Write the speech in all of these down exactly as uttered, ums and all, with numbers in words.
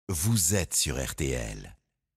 vous êtes sur R T L.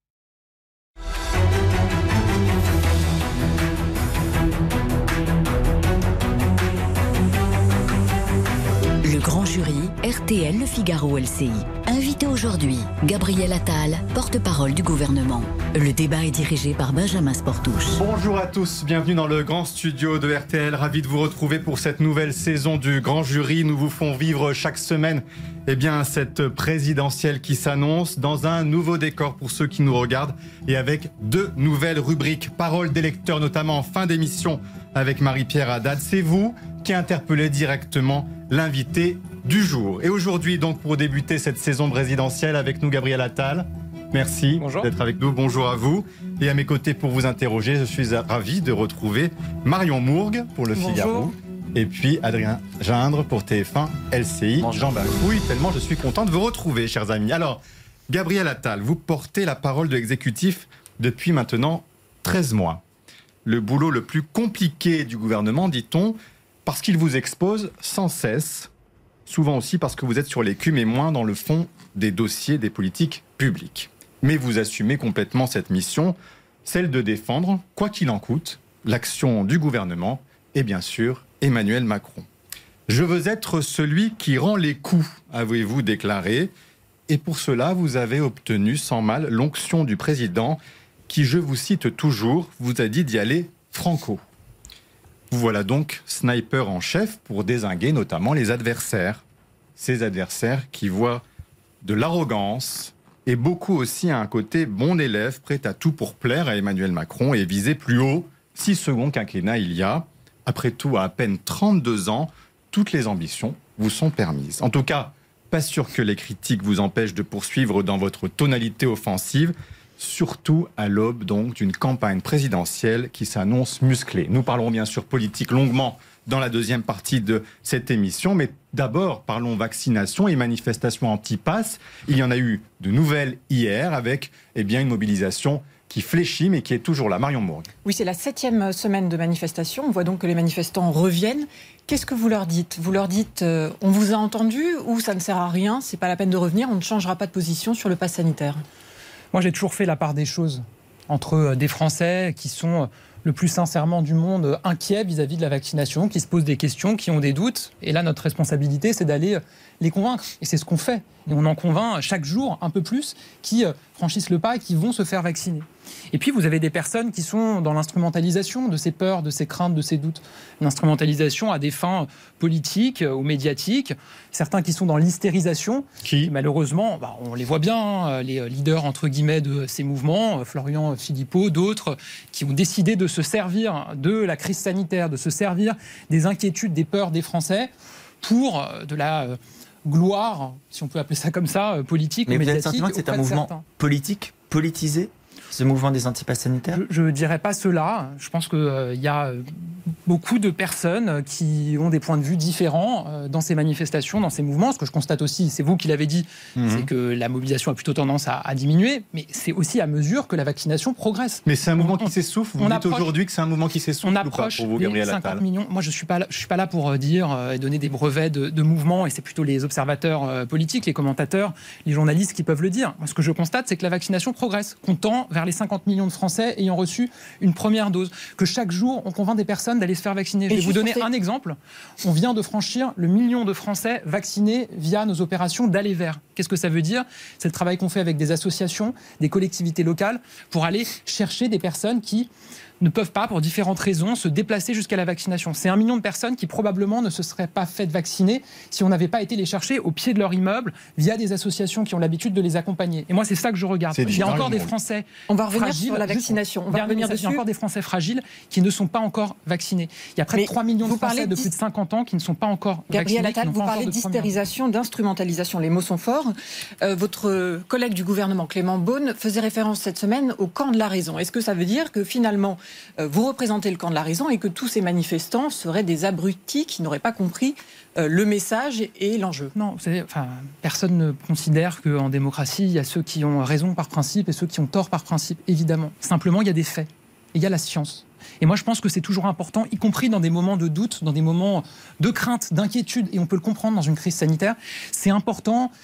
Le grand jury, R T L, Le Figaro, L C I. Invité aujourd'hui, Gabriel Attal, porte-parole du gouvernement. Le débat est dirigé par Benjamin Sportouche. Bonjour à tous, bienvenue dans le grand studio de R T L. Ravi de vous retrouver pour cette nouvelle saison du grand jury. Nous vous font vivre chaque semaine eh bien, cette présidentielle qui s'annonce dans un nouveau décor pour ceux qui nous regardent et avec deux nouvelles rubriques. Paroles d'électeurs, notamment en fin d'émission avec Marie-Pierre Haddad. C'est vous qui interpellez directement l'invité du jour. Et aujourd'hui, donc, pour débuter cette saison présidentielle, avec nous, Gabriel Attal. Merci Bonjour. d'être avec nous. Bonjour à vous. Et à mes côtés, pour vous interroger, je suis ravi de retrouver Marion Mourgue pour Le Figaro. Bonjour. Et puis Adrien Gindre pour T F un L C I. Bonjour. Jean Bafouille, tellement je suis content de vous retrouver, chers amis. Alors, Gabriel Attal, vous portez la parole de l'exécutif depuis maintenant treize mois. Le boulot le plus compliqué du gouvernement, dit-on, parce qu'il vous expose sans cesse, souvent aussi parce que vous êtes sur l'écume et moins dans le fond des dossiers des politiques publiques. Mais vous assumez complètement cette mission, celle de défendre, quoi qu'il en coûte, l'action du gouvernement et bien sûr Emmanuel Macron. Je veux être celui qui rend les coups, avez-vous déclaré, et pour cela vous avez obtenu sans mal l'onction du président qui, je vous cite toujours, vous a dit d'y aller franco. Vous voilà donc sniper en chef pour dézinguer notamment les adversaires. Ces adversaires qui voient de l'arrogance et beaucoup aussi à un côté bon élève prêt à tout pour plaire à Emmanuel Macron et viser plus haut, six secondes quinquennat il y a. Après tout, à à peine trente-deux ans, toutes les ambitions vous sont permises. En tout cas, pas sûr que les critiques vous empêchent de poursuivre dans votre tonalité offensive, surtout à l'aube donc d'une campagne présidentielle qui s'annonce musclée. Nous parlerons bien sûr politique longuement dans la deuxième partie de cette émission, mais d'abord parlons vaccination et manifestations anti-pass. Il y en a eu de nouvelles hier avec eh bien, une mobilisation qui fléchit mais qui est toujours là. Marion Mourgue. Oui, c'est la septième semaine de manifestation. On voit donc que les manifestants reviennent. Qu'est-ce que vous leur dites ? Vous leur dites euh, on vous a entendu ou ça ne sert à rien, c'est pas la peine de revenir, on ne changera pas de position sur le pass sanitaire ? Moi, j'ai toujours fait la part des choses entre des Français qui sont le plus sincèrement du monde inquiets vis-à-vis de la vaccination, qui se posent des questions, qui ont des doutes. Et là, notre responsabilité, c'est d'aller les convaincre. Et c'est ce qu'on fait. Et on en convainc chaque jour un peu plus qui franchissent le pas et qui vont se faire vacciner. Et puis, vous avez des personnes qui sont dans l'instrumentalisation de ces peurs, de ces craintes, de ces doutes. L'instrumentalisation à des fins politiques ou médiatiques. Certains qui sont dans l'hystérisation. Qui, malheureusement, bah, on les voit bien, les leaders, entre guillemets, de ces mouvements, Florian Philippot, d'autres, qui ont décidé de se servir de la crise sanitaire, de se servir des inquiétudes, des peurs des Français pour de la gloire, si on peut appeler ça comme ça, politique Mais ou médiatique. Mais vous avez le sentiment que c'est un mouvement certains. politique, politisé, ce mouvement des anti-pass sanitaires ? Je ne dirais pas cela. Je pense qu'il euh, y a beaucoup de personnes qui ont des points de vue différents euh, dans ces manifestations, dans ces mouvements. Ce que je constate aussi, c'est vous qui l'avez dit, mmh. c'est que la mobilisation a plutôt tendance à, à diminuer, mais c'est aussi à mesure que la vaccination progresse. Mais c'est un mouvement on, qui s'essouffle. Vous on dites approche, aujourd'hui que c'est un mouvement qui s'essouffle on approche ou pas pour vous, Gabriel Attal ? cinquante millions. Moi, je ne suis pas là, je suis pas là pour dire et donner des brevets de, de mouvement, et c'est plutôt les observateurs euh, politiques, les commentateurs, les journalistes qui peuvent le dire. Moi, ce que je constate, c'est que la vaccination progresse, qu'on tend vers les cinquante millions de Français ayant reçu une première dose, que chaque jour, on convainc des personnes d'aller se faire vacciner. Je vais vous donner un exemple. On vient de franchir le million de Français vaccinés via nos opérations d'aller vers. Qu'est-ce que ça veut dire ? C'est le travail qu'on fait avec des associations, des collectivités locales, pour aller chercher des personnes qui ne peuvent pas, pour différentes raisons, se déplacer jusqu'à la vaccination. C'est un million de personnes qui probablement ne se seraient pas faites vacciner si on n'avait pas été les chercher au pied de leur immeuble via des associations qui ont l'habitude de les accompagner. Et moi, c'est ça que je regarde. Il y a encore des Français On va revenir fragiles, sur la vaccination. On va revenir dessus. Il y a encore des Français fragiles qui ne sont pas encore vaccinés. Il y a près de trois millions de Français de plus de cinquante ans qui ne sont pas encore Gabriel vaccinés. Attal, vous parlez d'hystérisation, d'instrumentalisation. Les mots sont forts. Euh, votre collègue du gouvernement, Clément Beaune, faisait référence cette semaine au camp de la raison. Est-ce que ça veut dire que finalement, euh, vous représentez le camp de la raison et que tous ces manifestants seraient des abrutis qui n'auraient pas compris euh, le message et l'enjeu? Non, c'est, enfin, personne ne considère qu'en démocratie, il y a ceux qui ont raison par principe et ceux qui ont tort par principe, évidemment. Simplement, il y a des faits et il y a la science. Et moi, je pense que c'est toujours important, y compris dans des moments de doute, dans des moments de crainte, d'inquiétude, et on peut le comprendre dans une crise sanitaire, c'est important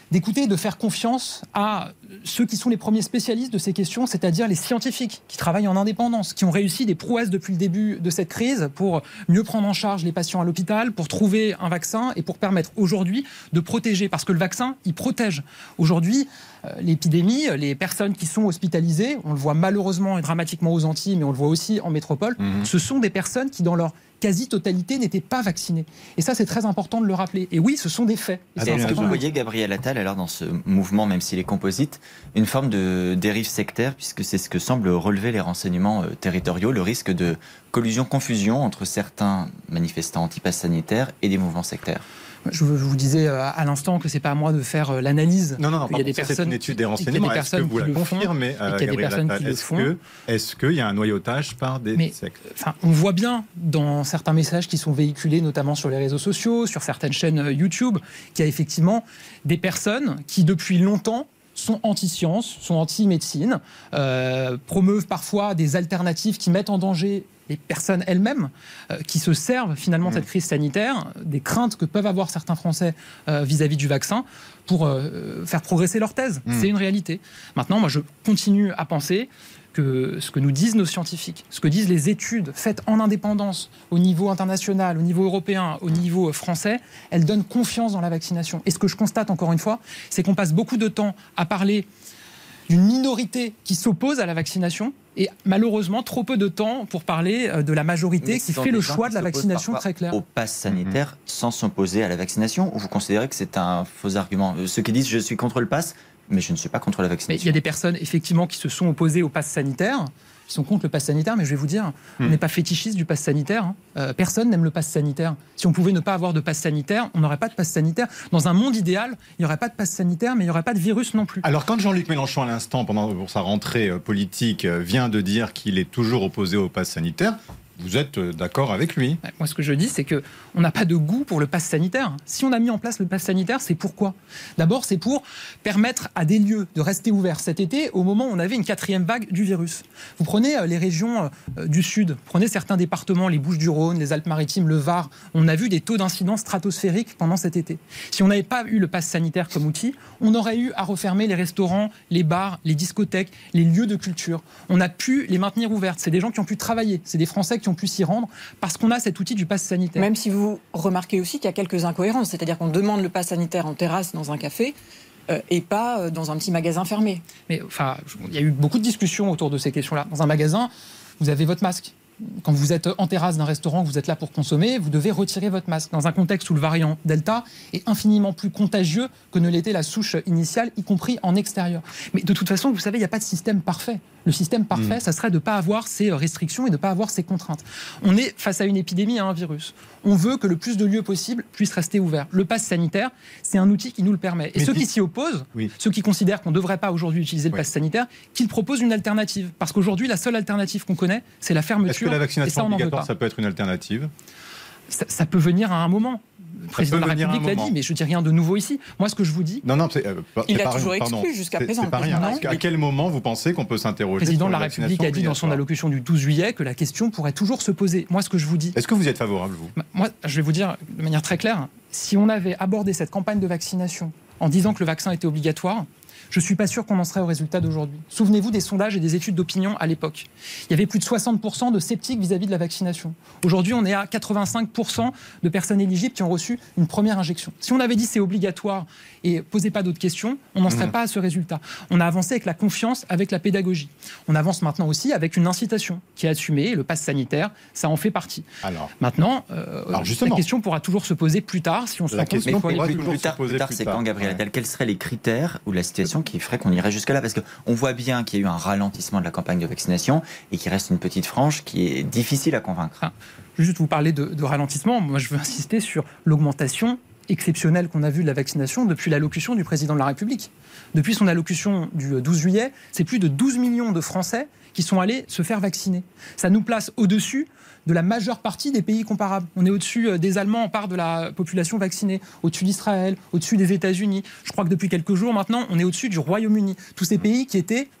d'écouter, de faire confiance à ceux qui sont les premiers spécialistes de ces questions, c'est-à-dire les scientifiques qui travaillent en indépendance, qui ont réussi des prouesses depuis le début de cette crise pour mieux prendre en charge les patients à l'hôpital, pour trouver un vaccin et pour permettre aujourd'hui de protéger. Parce que le vaccin, il protège. Aujourd'hui, euh, l'épidémie, les personnes qui sont hospitalisées, on le voit malheureusement et dramatiquement aux Antilles, mais on le voit aussi en métropole, mmh. ce sont des personnes qui, dans leur quasi-totalité, n'étaient pas vaccinés. Et ça, c'est très important de le rappeler. Et oui, ce sont des faits. Et est-ce que vous voyez, Gabriel Attal, alors dans ce mouvement, même s'il est composite, une forme de dérive sectaire, puisque c'est ce que semblent relever les renseignements euh, territoriaux, le risque de collusion-confusion entre certains manifestants anti-pass sanitaire et des mouvements sectaires? Je vous disais à l'instant que c'est pas à moi de faire l'analyse. Non, non, non. Il y a des personnes, c'est une étude des renseignements. Est-ce que vous la confirmez, euh, Gabriel Attal? Est-ce que, est-ce qu'il y a un noyautage par des Mais, sectes? Enfin, on voit bien dans certains messages qui sont véhiculés, notamment sur les réseaux sociaux, sur certaines chaînes YouTube, qu'il y a effectivement des personnes qui, depuis longtemps, sont anti-science, sont anti-médecine, euh, promeuvent parfois des alternatives qui mettent en danger les personnes elles-mêmes, euh, qui se servent finalement de cette crise sanitaire, des craintes que peuvent avoir certains Français euh, vis-à-vis du vaccin, pour euh, faire progresser leur thèse. Mmh. C'est une réalité. Maintenant, moi, je continue à penser que ce que nous disent nos scientifiques, ce que disent les études faites en indépendance au niveau international, au niveau européen, au niveau français, elles donnent confiance dans la vaccination. Et ce que je constate encore une fois, c'est qu'on passe beaucoup de temps à parler d'une minorité qui s'oppose à la vaccination et malheureusement trop peu de temps pour parler de la majorité Mais qui fait le choix de la vaccination très clair. Au pass sanitaire mmh. sans s'opposer à la vaccination, ou vous considérez que c'est un faux argument? Ceux qui disent je suis contre le pass, mais je ne suis pas contre la vaccination. Mais il y a des personnes effectivement qui se sont opposées au pass sanitaire, qui sont contre le pass sanitaire, mais je vais vous dire, mmh. on n'est pas fétichiste du pass sanitaire. Hein. Euh, personne n'aime le pass sanitaire. Si on pouvait ne pas avoir de pass sanitaire, on n'aurait pas de pass sanitaire. Dans un monde idéal, il n'y aurait pas de pass sanitaire, mais il n'y aurait pas de virus non plus. Alors quand Jean-Luc Mélenchon, à l'instant, pendant pour sa rentrée euh, politique, euh, vient de dire qu'il est toujours opposé au pass sanitaire, vous êtes d'accord avec lui? Moi, ce que je dis, c'est qu'on n'a pas de goût pour le pass sanitaire. Si on a mis en place le pass sanitaire, c'est pourquoi? D'abord, c'est pour permettre à des lieux de rester ouverts cet été, au moment où on avait une quatrième vague du virus. Vous prenez les régions du Sud, prenez certains départements, les Bouches-du-Rhône, les Alpes-Maritimes, le Var, on a vu des taux d'incidence stratosphériques pendant cet été. Si on n'avait pas eu le pass sanitaire comme outil, on aurait eu à refermer les restaurants, les bars, les discothèques, les lieux de culture. On a pu les maintenir ouvertes. C'est des gens qui ont pu travailler, c'est des Français qui ont pu s'y rendre parce qu'on a cet outil du pass sanitaire. Même si vous remarquez aussi qu'il y a quelques incohérences, c'est-à-dire qu'on demande le pass sanitaire en terrasse dans un café euh, et pas euh, dans un petit magasin fermé. Mais enfin, il y a eu beaucoup de discussions autour de ces questions-là. Dans un magasin, vous avez votre masque. Quand vous êtes en terrasse d'un restaurant, vous êtes là pour consommer, vous devez retirer votre masque. Dans un contexte où le variant Delta est infiniment plus contagieux que ne l'était la souche initiale, y compris en extérieur. Mais de toute façon, vous savez, il n'y a pas de système parfait. Le système parfait, mmh. ça serait de ne pas avoir ces restrictions et de ne pas avoir ces contraintes. On est face à une épidémie, à un virus. On veut que le plus de lieux possible puissent rester ouverts. Le pass sanitaire, c'est un outil qui nous le permet. Et Mais ceux dit... qui s'y opposent, oui. ceux qui considèrent qu'on ne devrait pas aujourd'hui utiliser le oui. pass sanitaire, qu'ils proposent une alternative. Parce qu'aujourd'hui, la seule alternative qu'on connaît, c'est la fermeture. Est-ce que la vaccination ça, obligatoire, ça peut être une alternative? ça, ça peut venir à un moment. Le président de la République l'a dit, mais je ne dis rien de nouveau ici. Moi, ce que je vous dis... Non, non, c'est, euh, il a toujours exclu jusqu'à présent. C'est pas rien. À quel moment vous pensez qu'on peut s'interroger? Le président de la République a dit dans son allocution du douze juillet que la question pourrait toujours se poser. Moi, ce que je vous dis... Est-ce que vous êtes favorable, vous? Moi, je vais vous dire de manière très claire, si on avait abordé cette campagne de vaccination en disant que le vaccin était obligatoire, je ne suis pas sûr qu'on en serait au résultat d'aujourd'hui. Souvenez-vous des sondages et des études d'opinion à l'époque. Il y avait plus de soixante pour cent de sceptiques vis-à-vis de la vaccination. Aujourd'hui, on est à quatre-vingt-cinq pour cent de personnes éligibles qui ont reçu une première injection. Si on avait dit c'est obligatoire et posez pas d'autres questions, on n'en serait mmh. pas à ce résultat. On a avancé avec la confiance, avec la pédagogie. On avance maintenant aussi avec une incitation qui est assumée. Le pass sanitaire, ça en fait partie. Alors, maintenant, euh, Alors la question pourra toujours se poser plus tard si on se rend compte. Mais plus, plus tard, plus tard, c'est quand, Gabriel Attal, quels seraient les critères ou la situation qui ferait qu'on irait jusque-là? Parce qu'on voit bien qu'il y a eu un ralentissement de la campagne de vaccination et qu'il reste une petite frange qui est difficile à convaincre. Ah, juste vous parler de, de ralentissement, moi je veux insister sur l'augmentation exceptionnelle qu'on a vue de la vaccination depuis l'allocution du président de la République. Depuis son allocution du douze juillet, c'est plus de douze millions de Français qui sont allés se faire vacciner. Ça nous place au-dessus de la majeure partie des pays comparables. On est au-dessus des Allemands en part de la population vaccinée, au-dessus d'Israël, au-dessus des États-Unis. Je crois que depuis quelques jours maintenant, on est au-dessus du Royaume-Uni. Tous ces pays qui étaient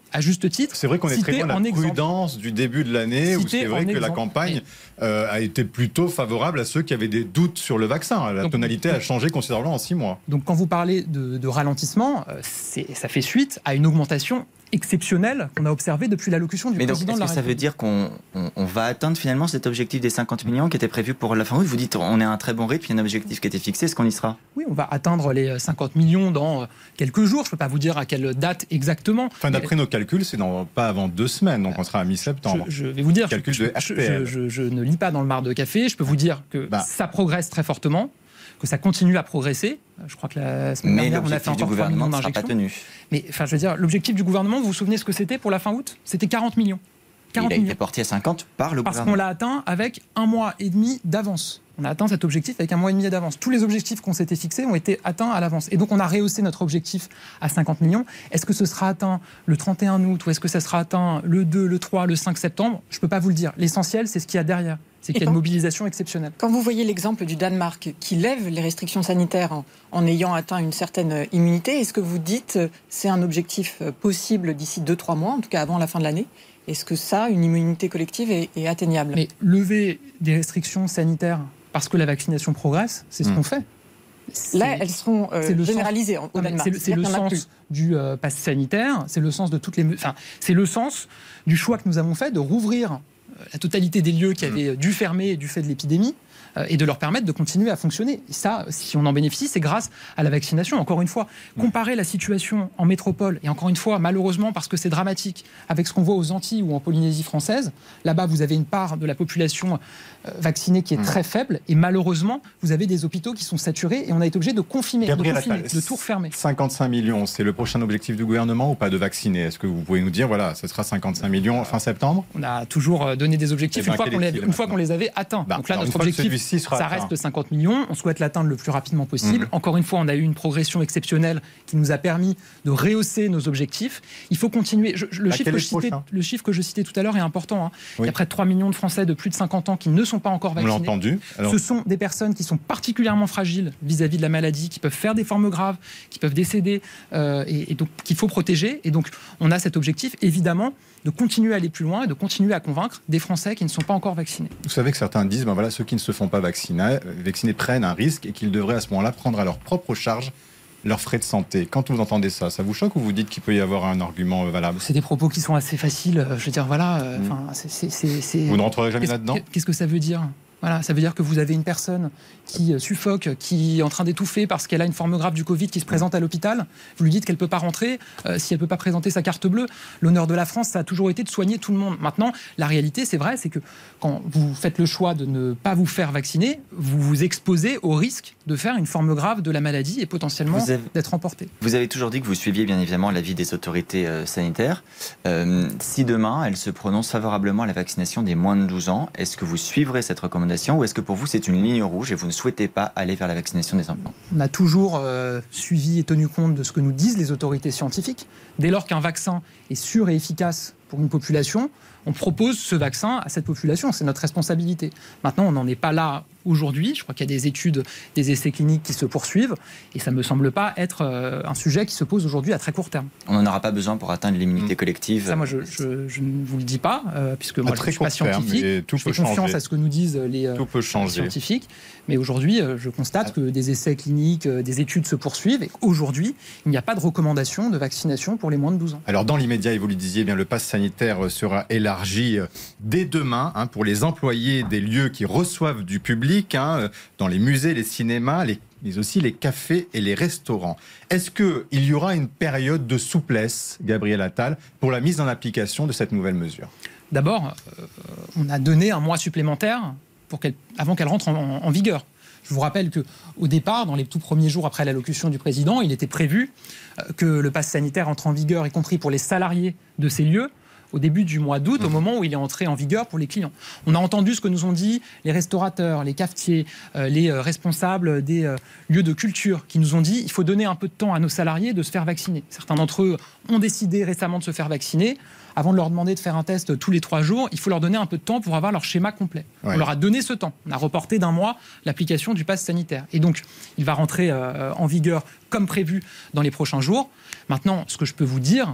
à juste titre. C'est vrai qu'on est très loin de la prudence du début de l'année, où c'est vrai que la campagne euh, a été plutôt favorable à ceux qui avaient des doutes sur le vaccin. La donc, tonalité a changé considérablement en six mois. Donc quand vous parlez de, de ralentissement, euh, c'est, ça fait suite à une augmentation exceptionnelle qu'on a observée depuis l'allocution du Mais président donc, de la République. Est-ce que ça veut dire qu'on on, on va atteindre finalement cet objectif des cinquante millions qui était prévu pour la fin août? Vous dites on est à un très bon rythme, il y a un objectif qui était fixé, est-ce qu'on y sera? Oui, on va atteindre les cinquante millions dans quelques jours. Je ne peux pas vous dire à quelle date exactement. Enfin, d'après mais... nos calculs, c'est dans, pas avant deux semaines, donc on sera à mi-septembre. Je, je vais vous dire, Calcul je, de je, je, je, je ne lis pas dans le marc de café. Je peux vous dire que bah. ça progresse très fortement, que ça continue à progresser. Je crois que la semaine mais dernière, on a fait encore trois millions d'injections. Pas tenu. Mais enfin, je veux dire, l'objectif du gouvernement, vous vous souvenez ce que c'était pour la fin août? C'était quarante millions. quarante il a été porté à cinquante par le Parce gouvernement. Parce qu'on l'a atteint avec un mois et demi d'avance. On a atteint cet objectif avec un mois et demi d'avance. Tous les objectifs qu'on s'était fixés ont été atteints à l'avance. Et donc, on a rehaussé notre objectif à cinquante millions. Est-ce que ce sera atteint le trente et un août ou est-ce que ça sera atteint le deux, le trois, le cinq septembre? Je ne peux pas vous le dire. L'essentiel, c'est ce qu'il y a derrière. C'est qu'il y a une mobilisation exceptionnelle. Quand vous voyez l'exemple du Danemark qui lève les restrictions sanitaires en, en ayant atteint une certaine immunité, est-ce que vous dites c'est un objectif possible d'ici deux trois mois, en tout cas avant la fin de l'année? Est-ce que ça, une immunité collective, est, est atteignable? Mais lever des restrictions sanitaires parce que la vaccination progresse, c'est ce mmh. qu'on fait. C'est, Là, elles seront euh, généralisées sens, au Danemark. C'est le, c'est le sens du euh, pass sanitaire, c'est le sens de toutes les, enfin, c'est le sens du choix que nous avons fait de rouvrir la totalité des lieux qui avaient dû fermer du fait de l'épidémie euh, et de leur permettre de continuer à fonctionner. Et ça, si on en bénéficie, c'est grâce à la vaccination. Encore une fois, comparer la situation en métropole, et encore une fois, malheureusement, parce que c'est dramatique, avec ce qu'on voit aux Antilles ou en Polynésie française, là-bas, vous avez une part de la population euh, vaccinée qui est très faible, et malheureusement, vous avez des hôpitaux qui sont saturés, et on a été obligé de confiner, de, confiner, de tout refermer. cinquante-cinq millions, c'est le prochain objectif du gouvernement ou pas de vacciner? Est-ce que vous pouvez nous dire, voilà, ce sera cinquante-cinq millions fin septembre? On a toujours donné des objectifs ben, une, fois qu'on, les, une fois qu'on les avait atteints. Bah, Donc là, notre objectif, ça atteint. reste cinquante millions. On souhaite l'atteindre le plus rapidement possible. Mmh. Encore une fois, on a eu une progression exceptionnelle qui nous a permis de rehausser nos objectifs. Il faut continuer. Je, le, chiffre que je citais, le chiffre que je citais tout à l'heure est important. Hein. Oui. Il y a près de trois millions de Français de plus de cinquante ans qui ne sont pas encore vaccinés. On l'a entendu. Alors... Ce sont des personnes qui sont particulièrement fragiles vis-à-vis de la maladie, qui peuvent faire des formes graves, qui peuvent décéder, euh, et, et donc qu'il faut protéger. Et donc, on a cet objectif, évidemment, de continuer à aller plus loin et de continuer à convaincre des Français qui ne sont pas encore vaccinés. Vous savez que certains disent, ben voilà, ceux qui ne se font pas vacciner, vacciner prennent un risque et qu'ils devraient à ce moment-là prendre à leur propre charge leurs frais de santé. Quand vous entendez ça, ça vous choque ou vous dites qu'il peut y avoir un argument valable? C'est des propos qui sont assez faciles. Je veux dire, voilà. Euh, mmh. c'est, c'est, c'est, c'est... Vous ne rentrerez jamais qu'est-ce, là-dedans? Qu'est-ce que ça veut dire? Voilà, ça veut dire que vous avez une personne qui suffoque, qui est en train d'étouffer parce qu'elle a une forme grave du Covid qui se présente à l'hôpital. Vous lui dites qu'elle ne peut pas rentrer euh, si elle ne peut pas présenter sa carte bleue. L'honneur de la France, ça a toujours été de soigner tout le monde. Maintenant, la réalité, c'est vrai, c'est que quand vous faites le choix de ne pas vous faire vacciner, vous vous exposez au risque de faire une forme grave de la maladie et potentiellement avez, d'être emporté. Vous avez toujours dit que vous suiviez bien évidemment l'avis des autorités euh, sanitaires. Euh, si demain, elles se prononcent favorablement à la vaccination des moins de douze ans, est-ce que vous suivrez cette recommandation ou est-ce que pour vous, c'est une ligne rouge et vous ne souhaitez pas aller vers la vaccination des enfants? On a toujours euh, suivi et tenu compte de ce que nous disent les autorités scientifiques. Dès lors qu'un vaccin est sûr et efficace pour une population, on propose ce vaccin à cette population. C'est notre responsabilité. Maintenant, on n'en est pas là aujourd'hui. Je crois qu'il y a des études, des essais cliniques qui se poursuivent et ça ne me semble pas être euh, un sujet qui se pose aujourd'hui à très court terme. On n'en aura pas besoin pour atteindre l'immunité mmh. collective? Ça, moi, je, je, je ne vous le dis pas, euh, puisque moi, je ne suis pas scientifique. Terme, tout je fais peut confiance changer. à ce que nous disent les euh, scientifiques. Mais aujourd'hui, euh, je constate que des essais cliniques, euh, des études se poursuivent et qu'aujourd'hui, il n'y a pas de recommandation de vaccination pour les moins de douze ans. Alors, dans l'immédiat, et vous le disiez, eh bien, le pass sanitaire sera élargi dès demain hein, pour les employés des lieux qui reçoivent du public, hein, dans les musées, les cinémas, les, mais aussi les cafés et les restaurants. Est-ce qu'il y aura une période de souplesse, Gabriel Attal, pour la mise en application de cette nouvelle mesure? D'abord, euh, on a donné un mois supplémentaire pour qu'elle, avant qu'elle rentre en, en, en vigueur. Je vous rappelle qu'au départ, dans les tout premiers jours après l'allocution du président, il était prévu que le pass sanitaire entre en vigueur, y compris pour les salariés de ces lieux, au début du mois d'août, mmh. au moment où il est entré en vigueur pour les clients. On a entendu ce que nous ont dit les restaurateurs, les cafetiers, euh, les euh, responsables des euh, lieux de culture, qui nous ont dit qu'il faut donner un peu de temps à nos salariés de se faire vacciner. Certains d'entre eux ont décidé récemment de se faire vacciner. Avant de leur demander de faire un test tous les trois jours, il faut leur donner un peu de temps pour avoir leur schéma complet. Ouais. On leur a donné ce temps. On a reporté d'un mois l'application du pass sanitaire. Et donc, il va rentrer euh, en vigueur comme prévu dans les prochains jours. Maintenant, ce que je peux vous dire,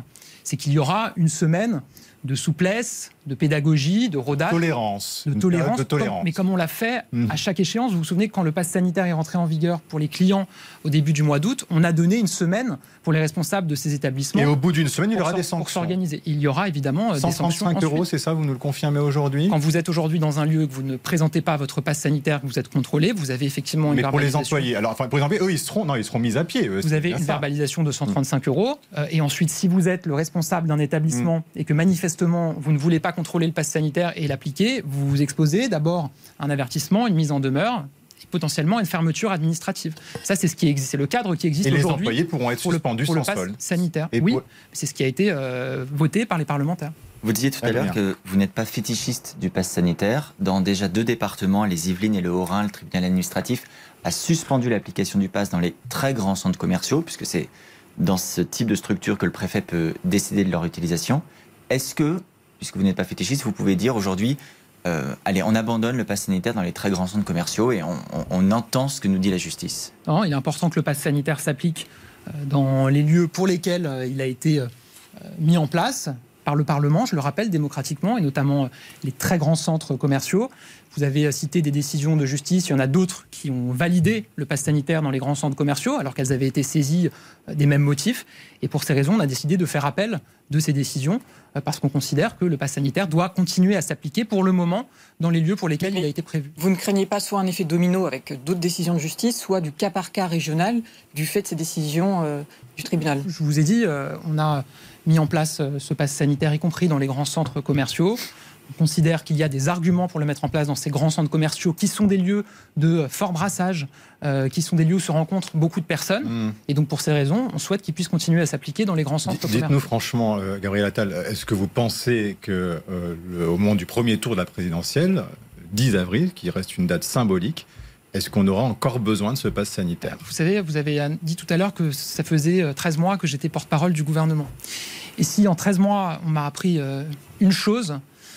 c'est qu'il y aura une semaine de souplesse, de pédagogie, de rodage, tolérance, de tolérance, de tolérance. Comme, mais comme on l'a fait mmh. à chaque échéance. Vous vous souvenez que quand le pass sanitaire est rentré en vigueur pour les clients au début du mois d'août, on a donné une semaine pour les responsables de ces établissements. Et au bout d'une semaine, il y aura des sanctions. Pour s'organiser. Il y aura évidemment cent trente-cinq des sanctions euros, ensuite. c'est ça, vous nous le confirmez aujourd'hui? Quand vous êtes aujourd'hui dans un lieu, que vous ne présentez pas votre pass sanitaire, que vous êtes contrôlé, vous avez effectivement une mais verbalisation. pour les employés, alors enfin, pour les employés, eux, ils seront, non, ils seront mis à pied. Eux, vous avez une ça. verbalisation de cent trente-cinq euros. Euh, et ensuite, si vous êtes le responsable d'un établissement mmh. et que manifestement, vous ne voulez pas contrôler le pass sanitaire et l'appliquer, vous vous exposez d'abord à un avertissement, une mise en demeure, et potentiellement une fermeture administrative. Ça, c'est ce qui existe, c'est le cadre qui existe aujourd'hui. Et les employés pourront être suspendus pour le, sans pour le solde. pass sanitaire. Et oui, pour... c'est ce qui a été euh, voté par les parlementaires. Vous disiez tout à l'heure que vous n'êtes pas fétichiste du pass sanitaire. Dans déjà deux départements, les Yvelines et le Haut-Rhin, le tribunal administratif a suspendu l'application du pass dans les très grands centres commerciaux, puisque c'est dans ce type de structure que le préfet peut décider de leur utilisation. Est-ce que, puisque vous n'êtes pas fétichiste, vous pouvez dire aujourd'hui, euh, allez, on abandonne le pass sanitaire dans les très grands centres commerciaux et on, on, on entend ce que nous dit la justice? Non, il est important que le pass sanitaire s'applique dans les lieux pour lesquels il a été mis en place par le Parlement, je le rappelle, démocratiquement, et notamment les très grands centres commerciaux. Vous avez cité des décisions de justice, il y en a d'autres qui ont validé le pass sanitaire dans les grands centres commerciaux, alors qu'elles avaient été saisies des mêmes motifs. Et pour ces raisons, on a décidé de faire appel de ces décisions, parce qu'on considère que le pass sanitaire doit continuer à s'appliquer pour le moment dans les lieux pour lesquels Mais il a été prévu. Vous ne craignez pas soit un effet domino avec d'autres décisions de justice, soit du cas par cas régional du fait de ces décisions euh, du tribunal? Je vous ai dit, euh, on a mis en place euh, ce pass sanitaire, y compris dans les grands centres commerciaux. On considère qu'il y a des arguments pour le mettre en place dans ces grands centres commerciaux qui sont des lieux de fort brassage, euh, qui sont des lieux où se rencontrent beaucoup de personnes. Mmh. Et donc, pour ces raisons, on souhaite qu'il puisse continuer à s'appliquer dans les grands centres commerciaux. Dites-nous franchement, euh, Gabriel Attal, est-ce que vous pensez qu'au euh, moment du premier tour de la présidentielle, dix avril, qui reste une date symbolique, est-ce qu'on aura encore besoin de ce pass sanitaire? Vous savez, vous avez dit tout à l'heure que ça faisait treize mois que j'étais porte-parole du gouvernement. Et si en treize mois, on m'a appris euh, une chose,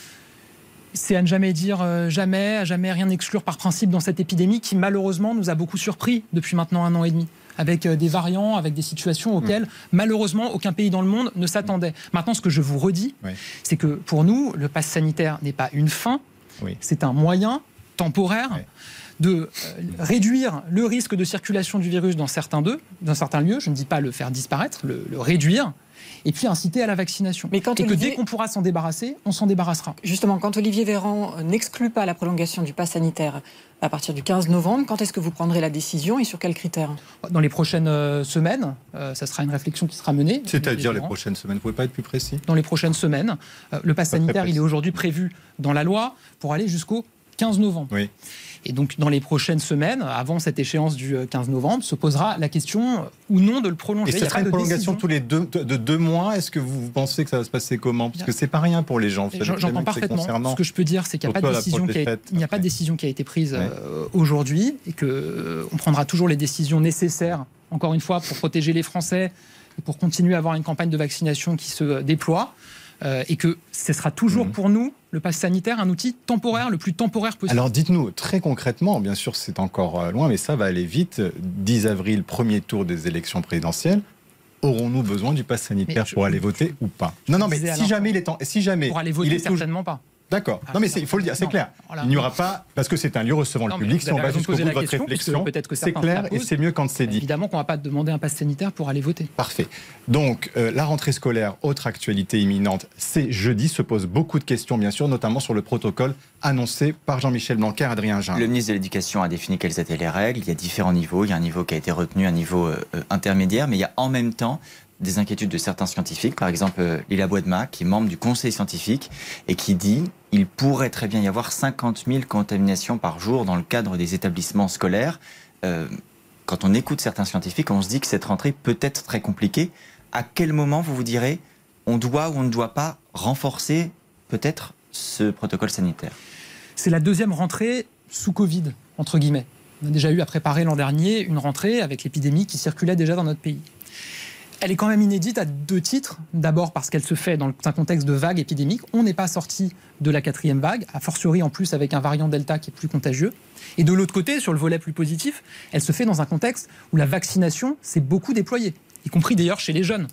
c'est à ne jamais dire euh, jamais, à jamais rien exclure par principe dans cette épidémie qui malheureusement nous a beaucoup surpris depuis maintenant un an et demi, avec euh, des variants, avec des situations auxquelles mmh. malheureusement aucun pays dans le monde ne s'attendait. Maintenant, ce que je vous redis, oui. c'est que pour nous, le pass sanitaire n'est pas une fin, oui. c'est un moyen temporaire oui. de euh, réduire le risque de circulation du virus dans certains, d'eux, dans certains lieux, je ne dis pas le faire disparaître, le, le réduire, et puis inciter à la vaccination. Mais quand et Olivier... que dès qu'on pourra s'en débarrasser, on s'en débarrassera. Justement, quand Olivier Véran n'exclut pas la prolongation du pass sanitaire à partir du quinze novembre, quand est-ce que vous prendrez la décision et sur quels critères? Dans les prochaines euh, semaines, euh, ça sera une réflexion qui sera menée. C'est-à-dire les prochaines semaines, vous ne pouvez pas être plus précis? Dans les prochaines semaines, euh, le pass sanitaire, il est aujourd'hui prévu dans la loi pour aller jusqu'au quinze novembre. Oui. Et donc, dans les prochaines semaines, avant cette échéance du quinze novembre, se posera la question ou non de le prolonger. Et ce sera une prolongation de tous les deux, de deux mois. Est-ce que vous pensez que ça va se passer comment? Parce que c'est pas rien pour les gens. J'entends parfaitement. Ce que je peux dire, c'est qu'il n'y a, pas de, décision qui a, il n'y a pas de décision qui a été prise ouais. euh, aujourd'hui et qu'on euh, prendra toujours les décisions nécessaires, encore une fois, pour protéger les Français et pour continuer à avoir une campagne de vaccination qui se déploie. Euh, et que ce sera toujours mmh. pour nous, le pass sanitaire, un outil temporaire, le plus temporaire possible. Alors dites-nous très concrètement, bien sûr c'est encore loin, mais ça va aller vite, dix avril, premier tour des élections présidentielles, aurons-nous besoin du pass sanitaire je, pour aller voter ou pas? Non, non, mais si jamais il est en... Si jamais pour aller voter, il est certainement toujours... pas. D'accord. Ah, non, mais il faut le dire, c'est clair. Voilà. Il n'y aura pas, parce que c'est un lieu recevant non, le public, si on va jusqu'au bout de votre réflexion, c'est clair et c'est mieux quand c'est dit. Évidemment qu'on ne va pas demander un pass sanitaire pour aller voter. Parfait. Donc, euh, la rentrée scolaire, autre actualité imminente, c'est jeudi, se posent beaucoup de questions, bien sûr, notamment sur le protocole annoncé par Jean-Michel Blanquer, Adrien Gindre. Le ministre de l'Éducation a défini quelles étaient les règles. Il y a différents niveaux. Il y a un niveau qui a été retenu, un niveau euh, intermédiaire, mais il y a en même temps des inquiétudes de certains scientifiques, par exemple euh, Lila Boedma, qui est membre du conseil scientifique et qui dit il pourrait très bien y avoir cinquante mille contaminations par jour dans le cadre des établissements scolaires. Euh, quand on écoute certains scientifiques, on se dit que cette rentrée peut être très compliquée. À quel moment vous vous direz on doit ou on ne doit pas renforcer peut-être ce protocole sanitaire? C'est la deuxième rentrée sous Covid, entre guillemets. On a déjà eu à préparer l'an dernier une rentrée avec l'épidémie qui circulait déjà dans notre pays. Elle est quand même inédite à deux titres. D'abord parce qu'elle se fait dans un contexte de vague épidémique. On n'est pas sorti de la quatrième vague, a fortiori en plus avec un variant Delta qui est plus contagieux. Et de l'autre côté, sur le volet plus positif, elle se fait dans un contexte où la vaccination s'est beaucoup déployée, y compris d'ailleurs chez les jeunes.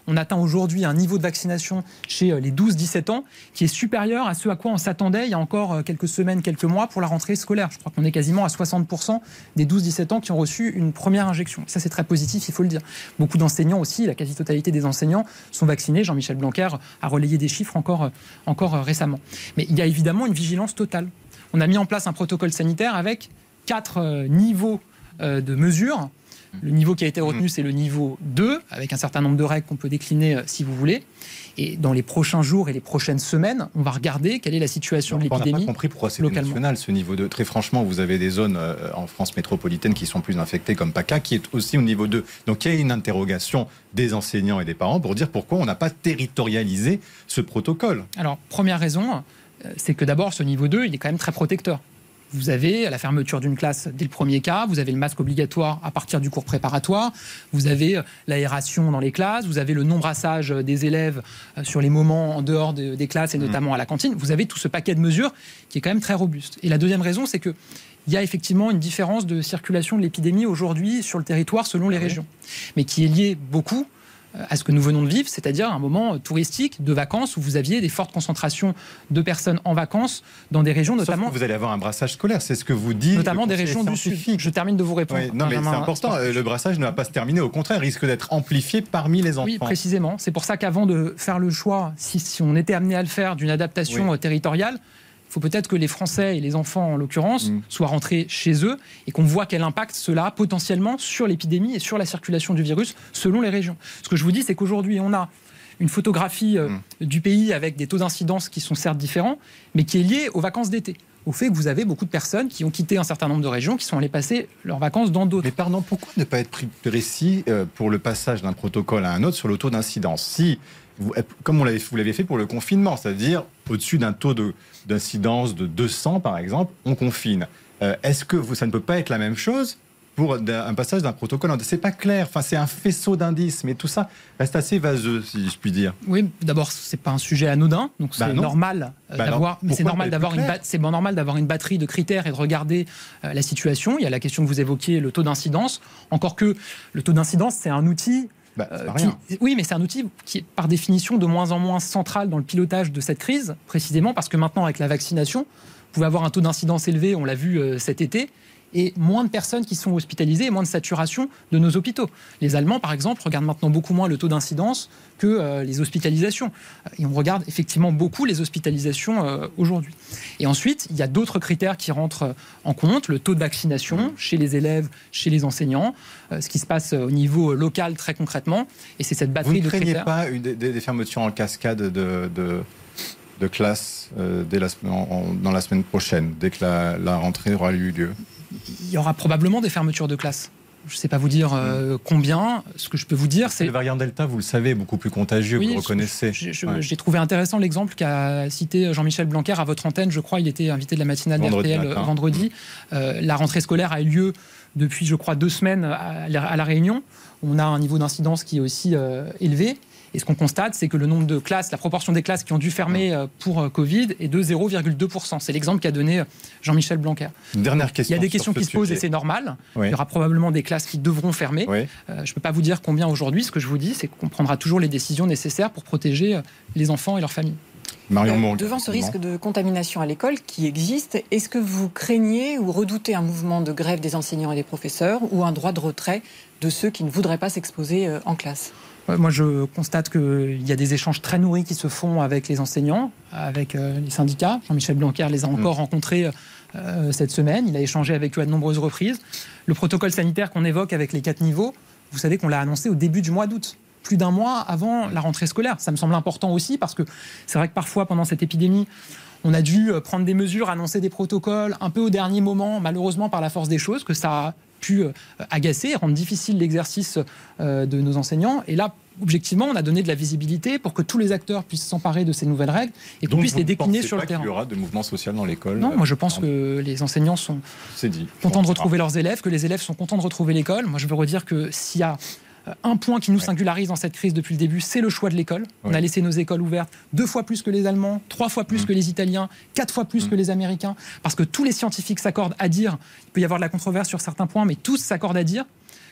on atteint aujourd'hui un niveau de vaccination chez les douze dix-sept ans qui est supérieur à ce à quoi on s'attendait il y a encore quelques semaines, quelques mois pour la rentrée scolaire. Je crois qu'on est quasiment à soixante pour cent des douze dix-sept ans qui ont reçu une première injection. Ça, c'est très positif, il faut le dire. Beaucoup d'enseignants aussi, la quasi-totalité des enseignants sont vaccinés. Jean-Michel Blanquer a relayé des chiffres encore, encore récemment. Mais il y a évidemment une vigilance totale. On a mis en place un protocole sanitaire avec quatre niveaux de mesures. Le niveau qui a été retenu, c'est le niveau deux, avec un certain nombre de règles qu'on peut décliner euh, si vous voulez. Et dans les prochains jours et les prochaines semaines, on va regarder quelle est la situation Alors, de l'épidémie. On n'a pas compris pourquoi c'est localement. national, ce niveau deux. Très franchement, vous avez des zones euh, en France métropolitaine qui sont plus infectées, comme PACA, qui est aussi au niveau deux. Donc il y a une interrogation des enseignants et des parents pour dire pourquoi on n'a pas territorialisé ce protocole. Alors, première raison, euh, c'est que d'abord, ce niveau deux, il est quand même très protecteur. Vous avez la fermeture d'une classe dès le premier cas, vous avez le masque obligatoire à partir du cours préparatoire, vous avez l'aération dans les classes, vous avez le non-brassage des élèves sur les moments en dehors de, des classes et notamment à la cantine. Vous avez tout ce paquet de mesures qui est quand même très robuste. Et la deuxième raison, c'est que il y a effectivement une différence de circulation de l'épidémie aujourd'hui sur le territoire selon les régions, mais qui est liée beaucoup à ce que nous venons de vivre, c'est-à-dire un moment touristique de vacances où vous aviez des fortes concentrations de personnes en vacances dans des régions notamment... Sauf que vous allez avoir un brassage scolaire, c'est ce que vous dites. Notamment des régions du Sud. Je termine de vous répondre. Oui, non mais c'est important, le brassage ne va pas se terminer, au contraire, il risque d'être amplifié parmi les enfants. Oui, précisément. C'est pour ça qu'avant de faire le choix, si, si on était amené à le faire, d'une adaptation oui. territoriale, il faut peut-être que les Français et les enfants, en l'occurrence, mmh. soient rentrés chez eux et qu'on voit quel impact cela a potentiellement sur l'épidémie et sur la circulation du virus selon les régions. Ce que je vous dis, c'est qu'aujourd'hui, on a une photographie euh, mmh. du pays avec des taux d'incidence qui sont certes différents, mais qui est liée aux vacances d'été. Au fait que vous avez beaucoup de personnes qui ont quitté un certain nombre de régions, qui sont allées passer leurs vacances dans d'autres. Mais pardon, pourquoi ne pas être pris précis euh, pour le passage d'un protocole à un autre sur le taux d'incidence ? Si, vous, comme on l'avait, vous l'avez fait pour le confinement, c'est-à-dire au-dessus d'un taux de, d'incidence de deux cents par exemple, on confine. Euh, est-ce que vous, ça ne peut pas être la même chose pour un passage d'un protocole? C'est pas clair, enfin, c'est un faisceau d'indices, mais tout ça reste assez vaseux, si je puis dire. Oui, d'abord, c'est pas un sujet anodin, donc c'est bah normal bah d'avoir, mais c'est normal d'avoir une, ba- c'est normal d'avoir une batterie de critères et de regarder euh, la situation. Il y a la question que vous évoquiez, le taux d'incidence. Encore que le taux d'incidence, c'est un outil. Bah, c'est pas qui, rien. Oui, mais c'est un outil qui est par définition de moins en moins central dans le pilotage de cette crise, précisément parce que maintenant, avec la vaccination, vous pouvez avoir un taux d'incidence élevé, on l'a vu euh, cet été, et moins de personnes qui sont hospitalisées et moins de saturation de nos hôpitaux. Les Allemands, par exemple, regardent maintenant beaucoup moins le taux d'incidence que euh, les hospitalisations. Et on regarde effectivement beaucoup les hospitalisations euh, aujourd'hui. Et ensuite, il y a d'autres critères qui rentrent en compte, le taux de vaccination chez les élèves, chez les enseignants, euh, ce qui se passe au niveau local très concrètement. Et c'est cette batterie de critères. Vous ne craignez pas une, des, des fermetures en cascade de... de... de classe euh, dès la, en, en, dans la semaine prochaine, dès que la, la rentrée aura eu lieu? Il y aura probablement des fermetures de classe. Je ne sais pas vous dire euh, mmh. combien. Ce que je peux vous dire, c'est... Le variant Delta, vous le savez, est beaucoup plus contagieux, oui, vous le reconnaissez. Je, je, ouais. J'ai trouvé intéressant l'exemple qu'a cité Jean-Michel Blanquer à votre antenne. Je crois il était invité de la matinale d'R T L vendredi. Euh, la rentrée scolaire a eu lieu depuis, je crois, deux semaines à, à La Réunion. On a un niveau d'incidence qui est aussi euh, élevé. Et ce qu'on constate, c'est que le nombre de classes, la proportion des classes qui ont dû fermer pour Covid est de zéro virgule deux pour cent. C'est l'exemple qu'a donné Jean-Michel Blanquer. Une dernière question. Il y a des questions qui se posent et c'est normal. Oui. Il y aura probablement des classes qui devront fermer. Oui. Euh, je ne peux pas vous dire combien aujourd'hui. Ce que je vous dis, c'est qu'on prendra toujours les décisions nécessaires pour protéger les enfants et leurs familles. Marion Mourgue. Devant ce risque de contamination à l'école qui existe, est-ce que vous craignez ou redoutez un mouvement de grève des enseignants et des professeurs ou un droit de retrait de ceux qui ne voudraient pas s'exposer en classe ? Moi, je constate qu'il y a des échanges très nourris qui se font avec les enseignants, avec euh, les syndicats. Jean-Michel Blanquer les a encore mmh. rencontrés euh, cette semaine. Il a échangé avec eux à de nombreuses reprises. Le protocole sanitaire qu'on évoque avec les quatre niveaux, vous savez qu'on l'a annoncé au début du mois d'août, plus d'un mois avant la rentrée scolaire. Ça me semble important aussi parce que c'est vrai que parfois, pendant cette épidémie, on a dû prendre des mesures, annoncer des protocoles un peu au dernier moment, malheureusement par la force des choses, que ça a pu agacer, rendre difficile l'exercice de nos enseignants. Et là, objectivement, on a donné de la visibilité pour que tous les acteurs puissent s'emparer de ces nouvelles règles et qu'on puisse les décliner sur le terrain. Donc, vous ne pensez pas qu'il y aura de mouvement social dans l'école? Non, moi je pense que les enseignants sont dit. contents de retrouver leurs élèves, que les élèves sont contents de retrouver l'école. Moi, je veux redire que s'il y a un point qui nous singularise dans cette crise depuis le début, c'est le choix de l'école. On ouais. a laissé nos écoles ouvertes deux fois plus que les Allemands, trois fois plus mmh. que les Italiens, quatre fois plus mmh. que les Américains, parce que tous les scientifiques s'accordent à dire, il peut y avoir de la controverse sur certains points, mais tous s'accordent à dire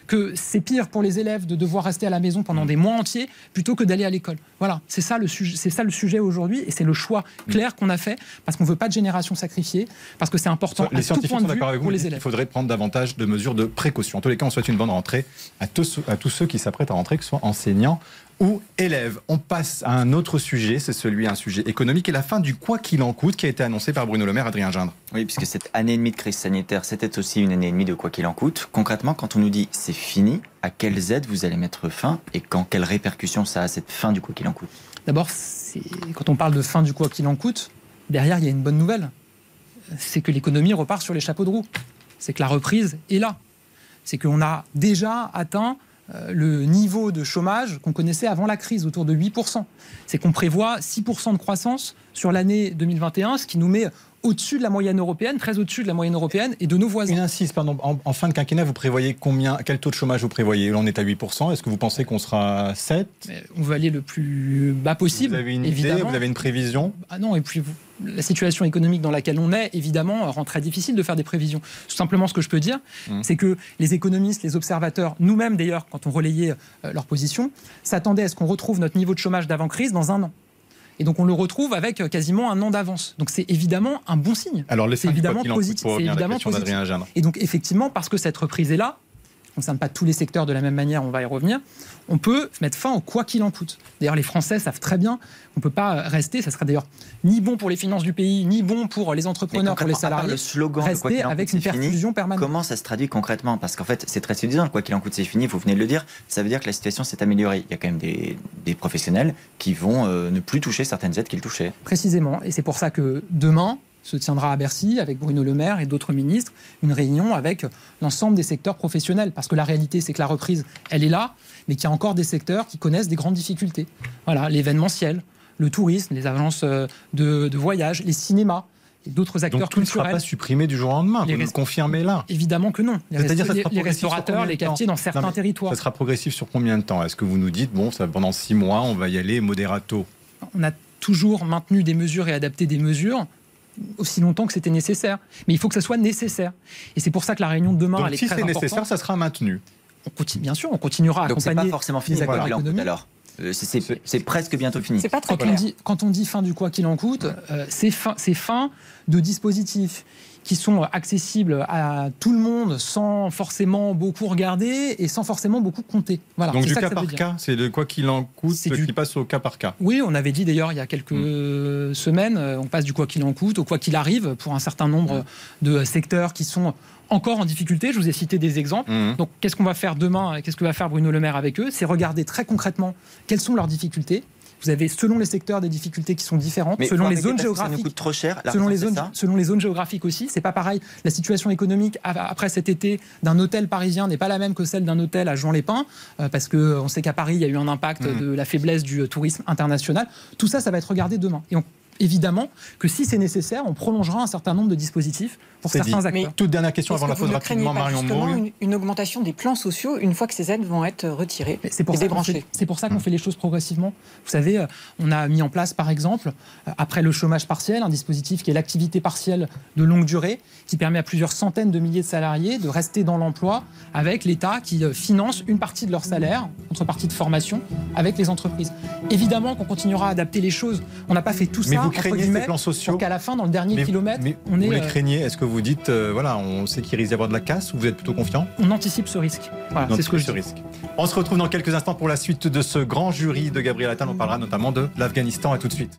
que c'est pire pour les élèves de devoir rester à la maison pendant des mois entiers plutôt que d'aller à l'école. Voilà, c'est ça le sujet, c'est ça le sujet aujourd'hui et c'est le choix clair qu'on a fait parce qu'on ne veut pas de génération sacrifiée, parce que c'est important les à tout point de vue avec vous, pour les élèves. Il faudrait prendre davantage de mesures de précaution. En tous les cas, on souhaite une bonne rentrée à tous, à tous ceux qui s'apprêtent à rentrer, que ce soit enseignants ou élèves. On passe à un autre sujet, c'est celui, un sujet économique et la fin du quoi qu'il en coûte qui a été annoncé par Bruno Le Maire, Adrien Gindre. Oui, puisque cette année et demie de crise sanitaire, c'était aussi une année et demie de quoi qu'il en coûte. Concrètement, quand on nous dit c'est fini, à quelles aides vous allez mettre fin et quand, quelles répercussions ça a cette fin du quoi qu'il en coûte? D'abord, c'est... quand on parle de fin du quoi qu'il en coûte, derrière il y a une bonne nouvelle. C'est que l'économie repart sur les chapeaux de roue. C'est que la reprise est là. C'est qu'on a déjà atteint le niveau de chômage qu'on connaissait avant la crise, autour de huit pour cent. C'est qu'on prévoit six pour cent de croissance sur l'année deux mille vingt et un, ce qui nous met au-dessus de la moyenne européenne, très au-dessus de la moyenne européenne et de nos voisins. Une insiste, pardon, en, en fin de quinquennat, vous prévoyez combien, quel taux de chômage vous prévoyez? Là, on est à huit pour cent. Est-ce que vous pensez qu'on sera à sept? On veut aller le plus bas possible. Vous avez une évidemment. idée, vous avez une prévision? Ah non, et puis vous, la situation économique dans laquelle on est, évidemment, rend très difficile de faire des prévisions. Tout simplement, ce que je peux dire, mmh. c'est que les économistes, les observateurs, nous-mêmes d'ailleurs, quand on relayait euh, leur position, s'attendaient à ce qu'on retrouve notre niveau de chômage d'avant-crise dans un an. Et donc on le retrouve avec quasiment un an d'avance. Donc c'est évidemment un bon signe. Alors c'est évidemment positif. C'est évidemment positif. Et donc effectivement, parce que cette reprise est là, ne concerne pas tous les secteurs de la même manière, on va y revenir, on peut mettre fin au quoi qu'il en coûte. D'ailleurs, les Français savent très bien qu'on ne peut pas rester, ça serait d'ailleurs ni bon pour les finances du pays, ni bon pour les entrepreneurs, pour les salariés, le slogan rester avec une perfusion permanente. Comment ça se traduit concrètement? Parce qu'en fait, c'est très séduisant, quoi qu'il en coûte, c'est fini, vous venez de le dire, ça veut dire que la situation s'est améliorée. Il y a quand même des, des professionnels qui vont euh, ne plus toucher certaines aides qu'ils touchaient. Précisément, et c'est pour ça que demain se tiendra à Bercy, avec Bruno Le Maire et d'autres ministres, une réunion avec l'ensemble des secteurs professionnels. Parce que la réalité, c'est que la reprise, elle est là, mais qu'il y a encore des secteurs qui connaissent des grandes difficultés. Voilà, l'événementiel, le tourisme, les agences de, de voyage, les cinémas, et d'autres acteurs Donc tout culturels. ne sera pas supprimé du jour au lendemain, vous nous le confirmez là? Évidemment que non. Les, C'est-à-dire, resta- ça sera les restaurateurs, les cafetiers dans certains non, territoires. Ça sera progressif sur combien de temps? Est-ce que vous nous dites, bon, ça, pendant six mois, on va y aller moderato? On a toujours maintenu des mesures et adapté des mesures aussi longtemps que c'était nécessaire. Mais il faut que ça soit nécessaire. Et c'est pour ça que la réunion de demain, Donc, elle est si très c'est importante. nécessaire, ça sera maintenu. On continue, bien sûr, on continuera à Donc accompagner. Donc c'est pas forcément fini, quoi qu'il en coûte alors. Euh, c'est, c'est, c'est presque bientôt fini. C'est pas très quand, clair. on dit, quand on dit fin du quoi qu'il en coûte, euh, c'est, fin, c'est fin de dispositifs qui sont accessibles à tout le monde sans forcément beaucoup regarder et sans forcément beaucoup compter. Voilà, Donc c'est du ça cas que ça par veut dire. cas, c'est de quoi qu'il en coûte C'est qui du... passe au cas par cas. Oui, on avait dit d'ailleurs il y a quelques mmh. semaines, on passe du quoi qu'il en coûte au quoi qu'il arrive pour un certain nombre mmh. de secteurs qui sont encore en difficulté. Je vous ai cité des exemples. Mmh. Donc qu'est-ce qu'on va faire demain? Qu'est-ce que va faire Bruno Le Maire avec eux? C'est regarder très concrètement quelles sont leurs difficultés. Vous avez, selon les secteurs, des difficultés qui sont différentes, mais selon les zones géographiques. Ça nous coûte trop cher. Selon les, zones, selon les zones géographiques aussi. C'est pas pareil. La situation économique après cet été d'un hôtel parisien n'est pas la même que celle d'un hôtel à Juan-les-Pins, euh, parce qu'on sait qu'à Paris, il y a eu un impact mmh. de la faiblesse du tourisme international. Tout ça, ça va être regardé demain. Et on, évidemment que si c'est nécessaire, on prolongera un certain nombre de dispositifs pour c'est certains dit. acteurs. Mais toute dernière question avant la pause rapidement, Marion Mourgue. Une, une augmentation des plans sociaux une fois que ces aides vont être retirées c'est pour et ça débranchées. Fait, c'est pour ça qu'on mmh. fait les choses progressivement. Vous savez, on a mis en place, par exemple, après le chômage partiel, un dispositif qui est l'activité partielle de longue durée, qui permet à plusieurs centaines de milliers de salariés de rester dans l'emploi avec l'État qui finance une partie de leur salaire, contrepartie de formation, avec les entreprises. Évidemment qu'on continuera à adapter les choses. On n'a pas fait tout mais ça, vous entre craignez guillemets, ces plans sociaux pour qu'à la fin, dans le dernier mais, kilomètre, mais on est... Vous les craignez? Est-ce que vous dites, euh, voilà, on sait qu'il risque d'y avoir de la casse, ou vous êtes plutôt confiant? On anticipe ce risque. Voilà, c'est ce que je dis. Risque. On se retrouve dans quelques instants pour la suite de ce grand jury de Gabriel Attal. On parlera notamment de l'Afghanistan. À tout de suite.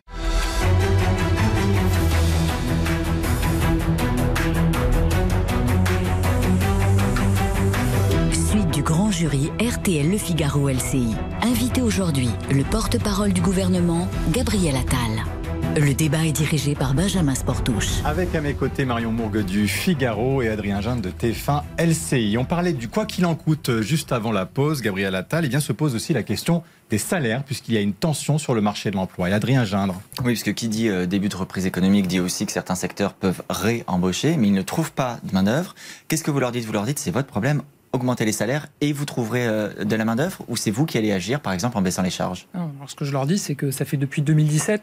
Suite du grand jury R T L Le Figaro L C I. Invité aujourd'hui, le porte-parole du gouvernement, Gabriel Attal. Le débat est dirigé par Benjamin Sportouche. Avec à mes côtés Marion Mourgue du Figaro et Adrien Gindre de T F un L C I. On parlait du quoi qu'il en coûte juste avant la pause. Gabriel Attal, eh bien, se pose aussi la question des salaires, puisqu'il y a une tension sur le marché de l'emploi. Et Adrien Gindre. Oui, parce que qui dit euh, début de reprise économique dit aussi que certains secteurs peuvent réembaucher, mais ils ne trouvent pas de main-d'œuvre. Qu'est-ce que vous leur dites? Vous leur dites c'est votre problème, augmentez les salaires et vous trouverez euh, de la main-d'œuvre, ou c'est vous qui allez agir, par exemple, en baissant les charges? Alors, ce que je leur dis, c'est que ça fait depuis deux mille dix-sept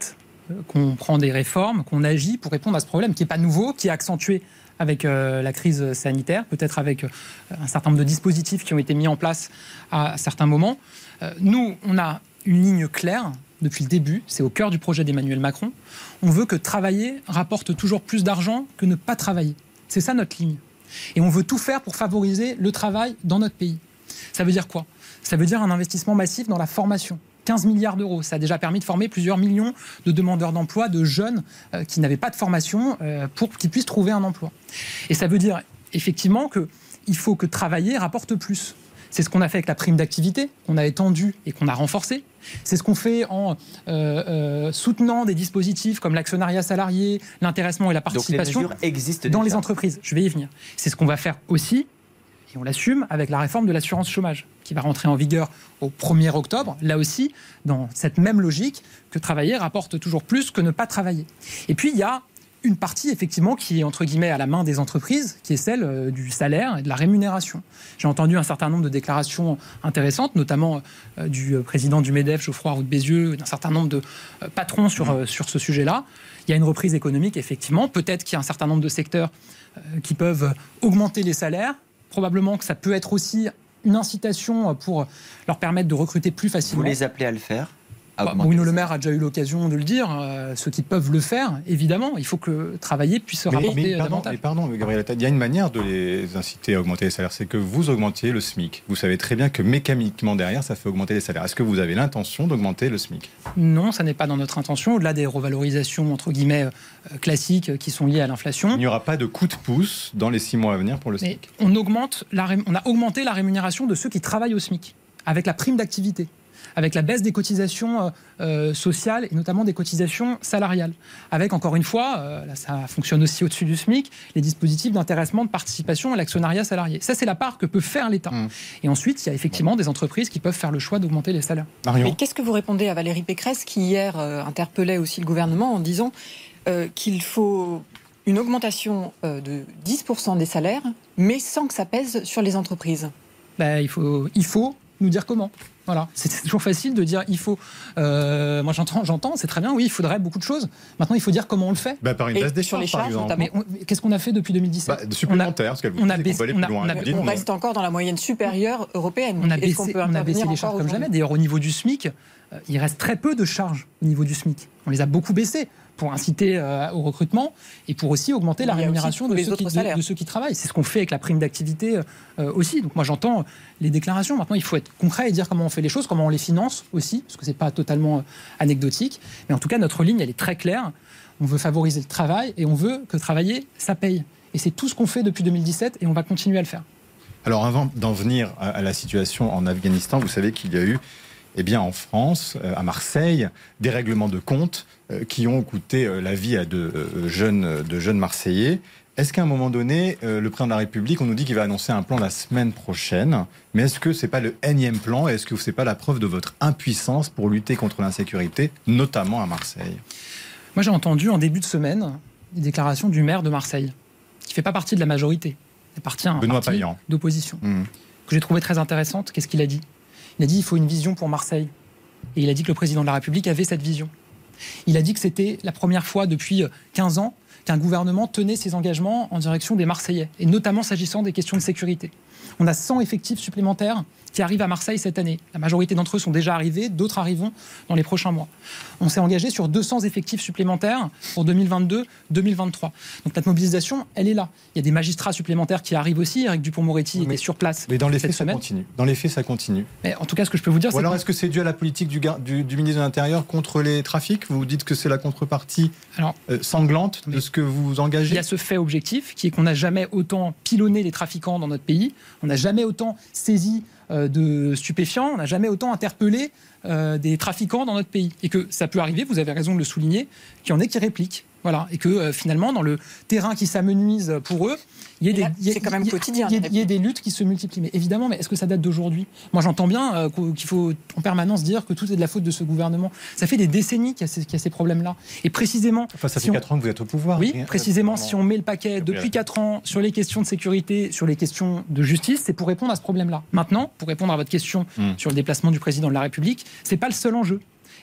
qu'on prend des réformes, qu'on agit pour répondre à ce problème qui n'est pas nouveau, qui est accentué avec euh, la crise sanitaire, peut-être avec euh, un certain nombre de dispositifs qui ont été mis en place à certains moments. Euh, nous, on a une ligne claire depuis le début, c'est au cœur du projet d'Emmanuel Macron. On veut que travailler rapporte toujours plus d'argent que ne pas travailler. C'est ça notre ligne. Et on veut tout faire pour favoriser le travail dans notre pays. Ça veut dire quoi ? Ça veut dire un investissement massif dans la formation. quinze milliards d'euros. Ça a déjà permis de former plusieurs millions de demandeurs d'emploi, de jeunes euh, qui n'avaient pas de formation euh, pour qu'ils puissent trouver un emploi. Et ça veut dire effectivement qu'il faut que travailler rapporte plus. C'est ce qu'on a fait avec la prime d'activité, qu'on a étendue et qu'on a renforcée. C'est ce qu'on fait en euh, euh, soutenant des dispositifs comme l'actionnariat salarié, l'intéressement et la participation. Donc les mesures existent dans déjà. les entreprises. Je vais y venir. C'est ce qu'on va faire aussi, et on l'assume, avec la réforme de l'assurance chômage, qui va rentrer en vigueur au premier octobre, là aussi, dans cette même logique que travailler rapporte toujours plus que ne pas travailler. Et puis, il y a une partie, effectivement, qui est, entre guillemets, à la main des entreprises, qui est celle euh, du salaire et de la rémunération. J'ai entendu un certain nombre de déclarations intéressantes, notamment euh, du président du MEDEF, Geoffroy Roux de Bézieux, d'un certain nombre de euh, patrons sur, euh, sur ce sujet-là. Il y a une reprise économique, effectivement. Peut-être qu'il y a un certain nombre de secteurs euh, qui peuvent augmenter les salaires. Probablement que ça peut être aussi une incitation pour leur permettre de recruter plus facilement. Vous les appelez à le faire ? Bah, Bruno Le Maire a déjà eu l'occasion de le dire. Euh, ceux qui peuvent le faire, évidemment, il faut que travailler puisse se rapporter mais, mais pardon, davantage. Mais pardon, Gabriel Attal, il y a une manière de les inciter à augmenter les salaires, c'est que vous augmentiez le SMIC. Vous savez très bien que mécaniquement derrière, ça fait augmenter les salaires. Est-ce que vous avez l'intention d'augmenter le SMIC ? Non, ça n'est pas dans notre intention. Au-delà des revalorisations entre guillemets euh, classiques qui sont liées à l'inflation, il n'y aura pas de coup de pouce dans les six mois à venir pour le SMIC. Mais on augmente la ré... on a augmenté la rémunération de ceux qui travaillent au SMIC avec la prime d'activité, avec la baisse des cotisations euh, sociales et notamment des cotisations salariales. Avec, encore une fois, euh, là ça fonctionne aussi au-dessus du SMIC, les dispositifs d'intéressement, de participation à l'actionnariat salarié. Ça, c'est la part que peut faire l'État. Mmh. Et ensuite, il y a effectivement des entreprises qui peuvent faire le choix d'augmenter les salaires. Mais qu'est-ce que vous répondez à Valérie Pécresse qui, hier, euh, interpellait aussi le gouvernement en disant euh, qu'il faut une augmentation euh, de dix pour cent des salaires, mais sans que ça pèse sur les entreprises ? Ben, il faut, il faut nous dire comment. Voilà, c'est toujours facile de dire il faut. Euh, moi j'entends, j'entends, c'est très bien. Oui, il faudrait beaucoup de choses. Maintenant, il faut dire comment on le fait. Bah, par une baisse des charges, par exemple. Mais on, qu'est-ce qu'on a fait depuis deux mille dix-sept ? Bah, de supplémentaire, parce qu'elle vous on a dit baissé, qu'on va aller on a, plus loin. on, a, on reste encore dans la moyenne supérieure européenne. On a baissé, qu'on peut on a baissé les charges comme jamais. D'ailleurs, au niveau du SMIC, euh, il reste très peu de charges au niveau du SMIC. On les a beaucoup baissées pour inciter euh, au recrutement et pour aussi augmenter la rémunération de ceux, qui, de, de ceux qui travaillent. C'est ce qu'on fait avec la prime d'activité euh, aussi. Donc moi j'entends les déclarations. Maintenant il faut être concret et dire comment on fait les choses, comment on les finance aussi, parce que c'est pas totalement euh, anecdotique. Mais en tout cas notre ligne elle est très claire. On veut favoriser le travail et on veut que travailler ça paye. Et c'est tout ce qu'on fait depuis deux mille dix-sept et on va continuer à le faire. Alors avant d'en venir à, à la situation en Afghanistan, vous savez qu'il y a eu eh bien, en France, à Marseille, des règlements de compte qui ont coûté la vie à de jeunes, de jeunes Marseillais. Est-ce qu'à un moment donné, le président de la République, on nous dit qu'il va annoncer un plan la semaine prochaine, mais est-ce que ce n'est pas le énième plan ? Est-ce que ce n'est pas la preuve de votre impuissance pour lutter contre l'insécurité, notamment à Marseille ? Moi, j'ai entendu en début de semaine des déclarations du maire de Marseille, qui ne fait pas partie de la majorité, il appartient à un Benoît parti Payan. d'opposition, mmh. que j'ai trouvé très intéressante. Qu'est-ce qu'il a dit ? Il a dit qu'il faut une vision pour Marseille. Et il a dit que le président de la République avait cette vision. Il a dit que c'était la première fois depuis quinze ans qu'un gouvernement tenait ses engagements en direction des Marseillais, et notamment s'agissant des questions de sécurité. On a cent effectifs supplémentaires qui arrivent à Marseille cette année. La majorité d'entre eux sont déjà arrivés, d'autres arriveront dans les prochains mois. On s'est engagé sur deux cents effectifs supplémentaires pour deux mille vingt-deux deux mille vingt-trois. Donc notre mobilisation, elle est là. Il y a des magistrats supplémentaires qui arrivent aussi. Eric Dupond-Moretti était sur place. Mais dans les cette faits, semaine. ça continue. Dans les faits, ça continue. Mais en tout cas, ce que je peux vous dire, Ou c'est alors, que... est-ce que c'est dû à la politique du, gar... du, du ministre de l'Intérieur contre les trafics ? Vous dites que c'est la contrepartie alors, euh, sanglante de ce que vous engagez ? Il y a ce fait objectif qui est qu'on n'a jamais autant pilonné les trafiquants dans notre pays. On n'a jamais autant saisi euh, de stupéfiants. On n'a jamais autant interpellé euh, des trafiquants dans notre pays. Et que ça peut arriver, vous avez raison de le souligner, qu'il y en ait qui répliquent. Voilà. Et que euh, finalement, dans le terrain qui s'amenuise pour eux, il y a des, là, c'est quand même quotidien. Il y, y, y a des luttes qui se multiplient. Mais évidemment, mais est-ce que ça date d'aujourd'hui ? Moi, j'entends bien euh, qu'il faut en permanence dire que tout est de la faute de ce gouvernement. Ça fait des décennies qu'il y a ces, qu'il y a ces problèmes-là. Et précisément... Enfin, ça si fait on... quatre ans que vous êtes au pouvoir. Oui, rien, précisément, euh, si on met le paquet depuis quatre ans sur les questions de sécurité, sur les questions de justice, c'est pour répondre à ce problème-là. Maintenant, pour répondre à votre question mmh. sur le déplacement du président de la République, c'est pas le seul enjeu.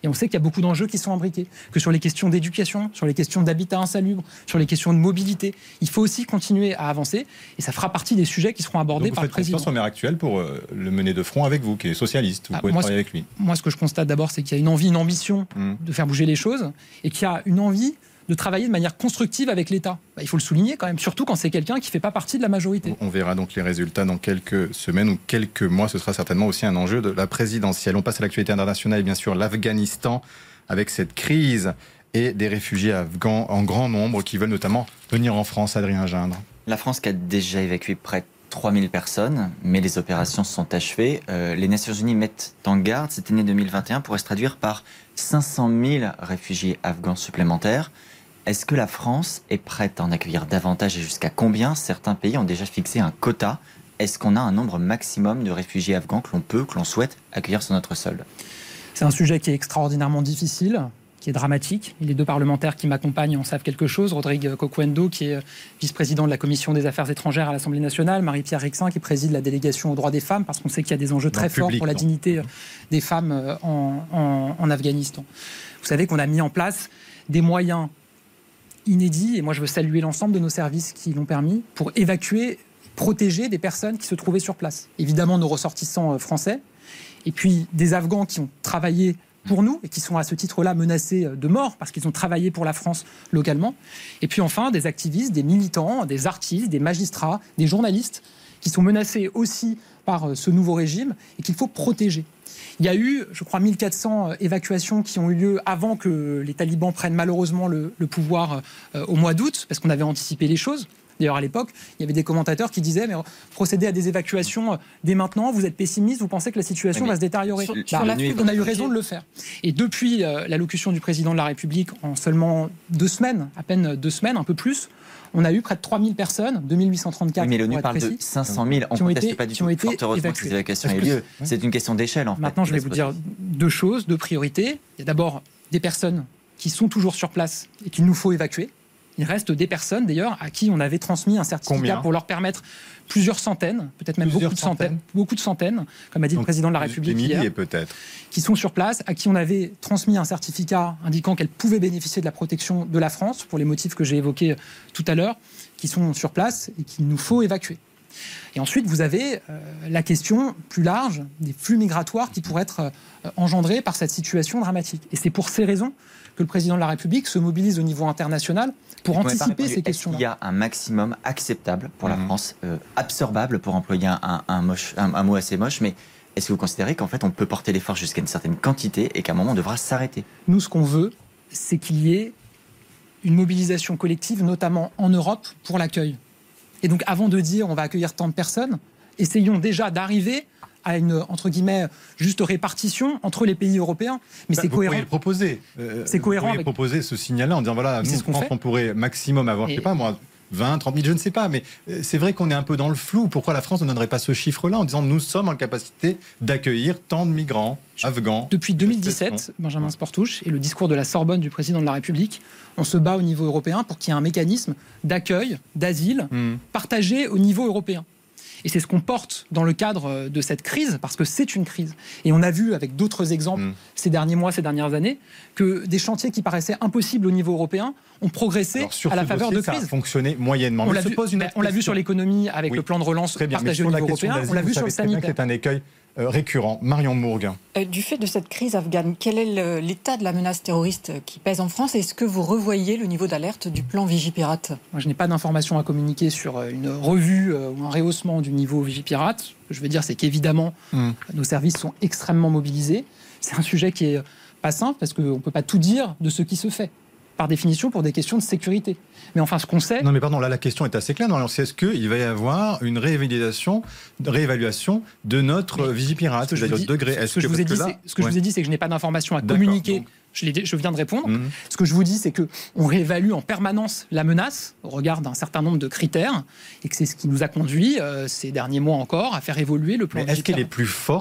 Et on sait qu'il y a beaucoup d'enjeux qui sont imbriqués, que sur les questions d'éducation, sur les questions d'habitat insalubre, sur les questions de mobilité, il faut aussi continuer à avancer. Et ça fera partie des sujets qui seront abordés Donc par le président. Vous faites confiance au maire actuel pour euh, le mener de front avec vous, qui est socialiste. Vous Ah, pouvez moi, travailler avec lui. Moi, ce que je constate d'abord, c'est qu'il y a une envie, une ambition Mmh. de faire bouger les choses et qu'il y a une envie de travailler de manière constructive avec l'État. Bah, il faut le souligner quand même, surtout quand c'est quelqu'un qui ne fait pas partie de la majorité. On verra donc les résultats dans quelques semaines ou quelques mois. Ce sera certainement aussi un enjeu de la présidentielle. On passe à l'actualité internationale et bien sûr l'Afghanistan avec cette crise et des réfugiés afghans en grand nombre qui veulent notamment venir en France. Adrien Gindre. La France qui a déjà évacué près de trois mille personnes, mais les opérations sont achevées. Euh, les Nations Unies mettent en garde, cette année deux mille vingt et un pourrait se traduire par cinq cent mille réfugiés afghans supplémentaires. Est-ce que la France est prête à en accueillir davantage et jusqu'à combien? Certains pays ont déjà fixé un quota. Est-ce qu'on a un nombre maximum de réfugiés afghans que l'on peut, que l'on souhaite accueillir sur notre sol? C'est un sujet qui est extraordinairement difficile, qui est dramatique. Et les deux parlementaires qui m'accompagnent en savent quelque chose. Rodrigue Coquendo, qui est vice-président de la Commission des Affaires étrangères à l'Assemblée nationale, Marie-Pierre Rixin, qui préside la délégation aux droits des femmes, parce qu'on sait qu'il y a des enjeux très forts pour la dignité des femmes en, en, en Afghanistan. Vous savez qu'on a mis en place des moyens inédits, et moi je veux saluer l'ensemble de nos services qui l'ont permis, pour évacuer, protéger des personnes qui se trouvaient sur place. Évidemment nos ressortissants français, et puis des Afghans qui ont travaillé pour nous et qui sont à ce titre-là menacés de mort parce qu'ils ont travaillé pour la France localement. Et puis enfin des activistes, des militants, des artistes, des magistrats, des journalistes qui sont menacés aussi par ce nouveau régime et qu'il faut protéger. Il y a eu, je crois, mille quatre cents évacuations qui ont eu lieu avant que les talibans prennent malheureusement le, le pouvoir euh, au mois d'août, parce qu'on avait anticipé les choses. D'ailleurs, à l'époque, il y avait des commentateurs qui disaient mais procédez à des évacuations dès maintenant, vous êtes pessimiste, vous pensez que la situation mais va se détériorer. sur, bah, sur la on a eu raison de le faire. Et depuis euh, l'allocution du président de la République, en seulement deux semaines, à peine deux semaines, un peu plus, on a eu près de trois mille personnes, deux mille huit cent trente-quatre. Oui, mais l'ONU parle précis, de cinq cent mille. On ne conteste été, pas du tout. Fort heureusement que ces évacuations aient lieu. C'est une question d'échelle, en fait. Maintenant, je vais vous dire deux choses, deux priorités. Il y a d'abord des personnes qui sont toujours sur place et qu'il nous faut évacuer. Il reste des personnes, d'ailleurs, à qui on avait transmis un certificat Combien pour leur permettre plusieurs centaines, peut-être même plusieurs beaucoup de centaines, centaines, beaucoup de centaines, comme a dit Donc, le président de la République des hier, milliers peut-être, qui sont sur place, à qui on avait transmis un certificat indiquant qu'elles pouvaient bénéficier de la protection de la France, pour les motifs que j'ai évoqués tout à l'heure, qui sont sur place et qu'il nous faut évacuer. Et ensuite, vous avez euh, la question plus large des flux migratoires qui pourraient être euh, engendrés par cette situation dramatique. Et c'est pour ces raisons que le président de la République se mobilise au niveau international pour anticiper ces questions-là. Est-ce qu'il y a un maximum acceptable pour la mmh. France, euh, absorbable, pour employer un, un, un, moche, un, un mot assez moche, mais est-ce que vous considérez qu'en fait on peut porter l'effort jusqu'à une certaine quantité et qu'à un moment on devra s'arrêter? Nous, ce qu'on veut, c'est qu'il y ait une mobilisation collective, notamment en Europe, pour l'accueil. Et donc, avant de dire on va accueillir tant de personnes, essayons déjà d'arriver à une, entre guillemets, juste répartition entre les pays européens. Mais bah, c'est vous cohérent. Pourriez le proposer. Euh, c'est cohérent. Vous pourriez avec... proposer ce signal-là en disant voilà, nous, ce on pense qu'on pourrait maximum avoir, Et... je sais pas moi, vingt, trente mille, je ne sais pas, mais c'est vrai qu'on est un peu dans le flou. Pourquoi la France ne donnerait pas ce chiffre-là en disant nous sommes en capacité d'accueillir tant de migrants afghans? Depuis deux mille dix-sept, Benjamin Sportouche et le discours de la Sorbonne du président de la République, on se bat au niveau européen pour qu'il y ait un mécanisme d'accueil, d'asile, mmh. partagé au niveau européen. Et c'est ce qu'on porte dans le cadre de cette crise, parce que c'est une crise. Et on a vu avec d'autres exemples mmh. ces derniers mois, ces dernières années, que des chantiers qui paraissaient impossibles au niveau européen ont progressé Alors, à la faveur dossier, de crise. Ça a fonctionné moyennement. On l'a vu, ben, on l'a vu sur l'économie avec oui. le plan de relance partagé au niveau européen. On l'a vu sur le sanitaire. C'est un écueil euh, récurrent. Marion Mourgue. Euh, du fait de cette crise afghane, quel est le, l'état de la menace terroriste qui pèse en France? Est-ce que vous revoyez le niveau d'alerte du plan Vigipirate? Moi, je n'ai pas d'informations à communiquer sur une revue euh, ou un rehaussement du niveau Vigipirate. Ce que je veux dire, c'est qu'évidemment, mmh. nos services sont extrêmement mobilisés. C'est un sujet qui est pas simple parce qu'on ne peut pas tout dire de ce qui se fait, par définition, pour des questions de sécurité. Mais enfin, ce qu'on sait... Non, mais pardon, là, la question est assez claire. Non, alors, c'est est-ce qu'il va y avoir une réévaluation, réévaluation de notre mais, Vigipirate, ce que c'est-à-dire degré. Ce que, je vous, ai dit, là, c'est, ce que ouais. je vous ai dit, c'est que je n'ai pas d'informations à D'accord, communiquer. donc. Je, l'ai, je viens de répondre. Mmh. Ce que je vous dis, c'est qu'on réévalue en permanence la menace au regard d'un certain nombre de critères et que c'est ce qui nous a conduit, euh, ces derniers mois encore, à faire évoluer le plan Mais Vigipirate. Est-ce qu'elle est plus forte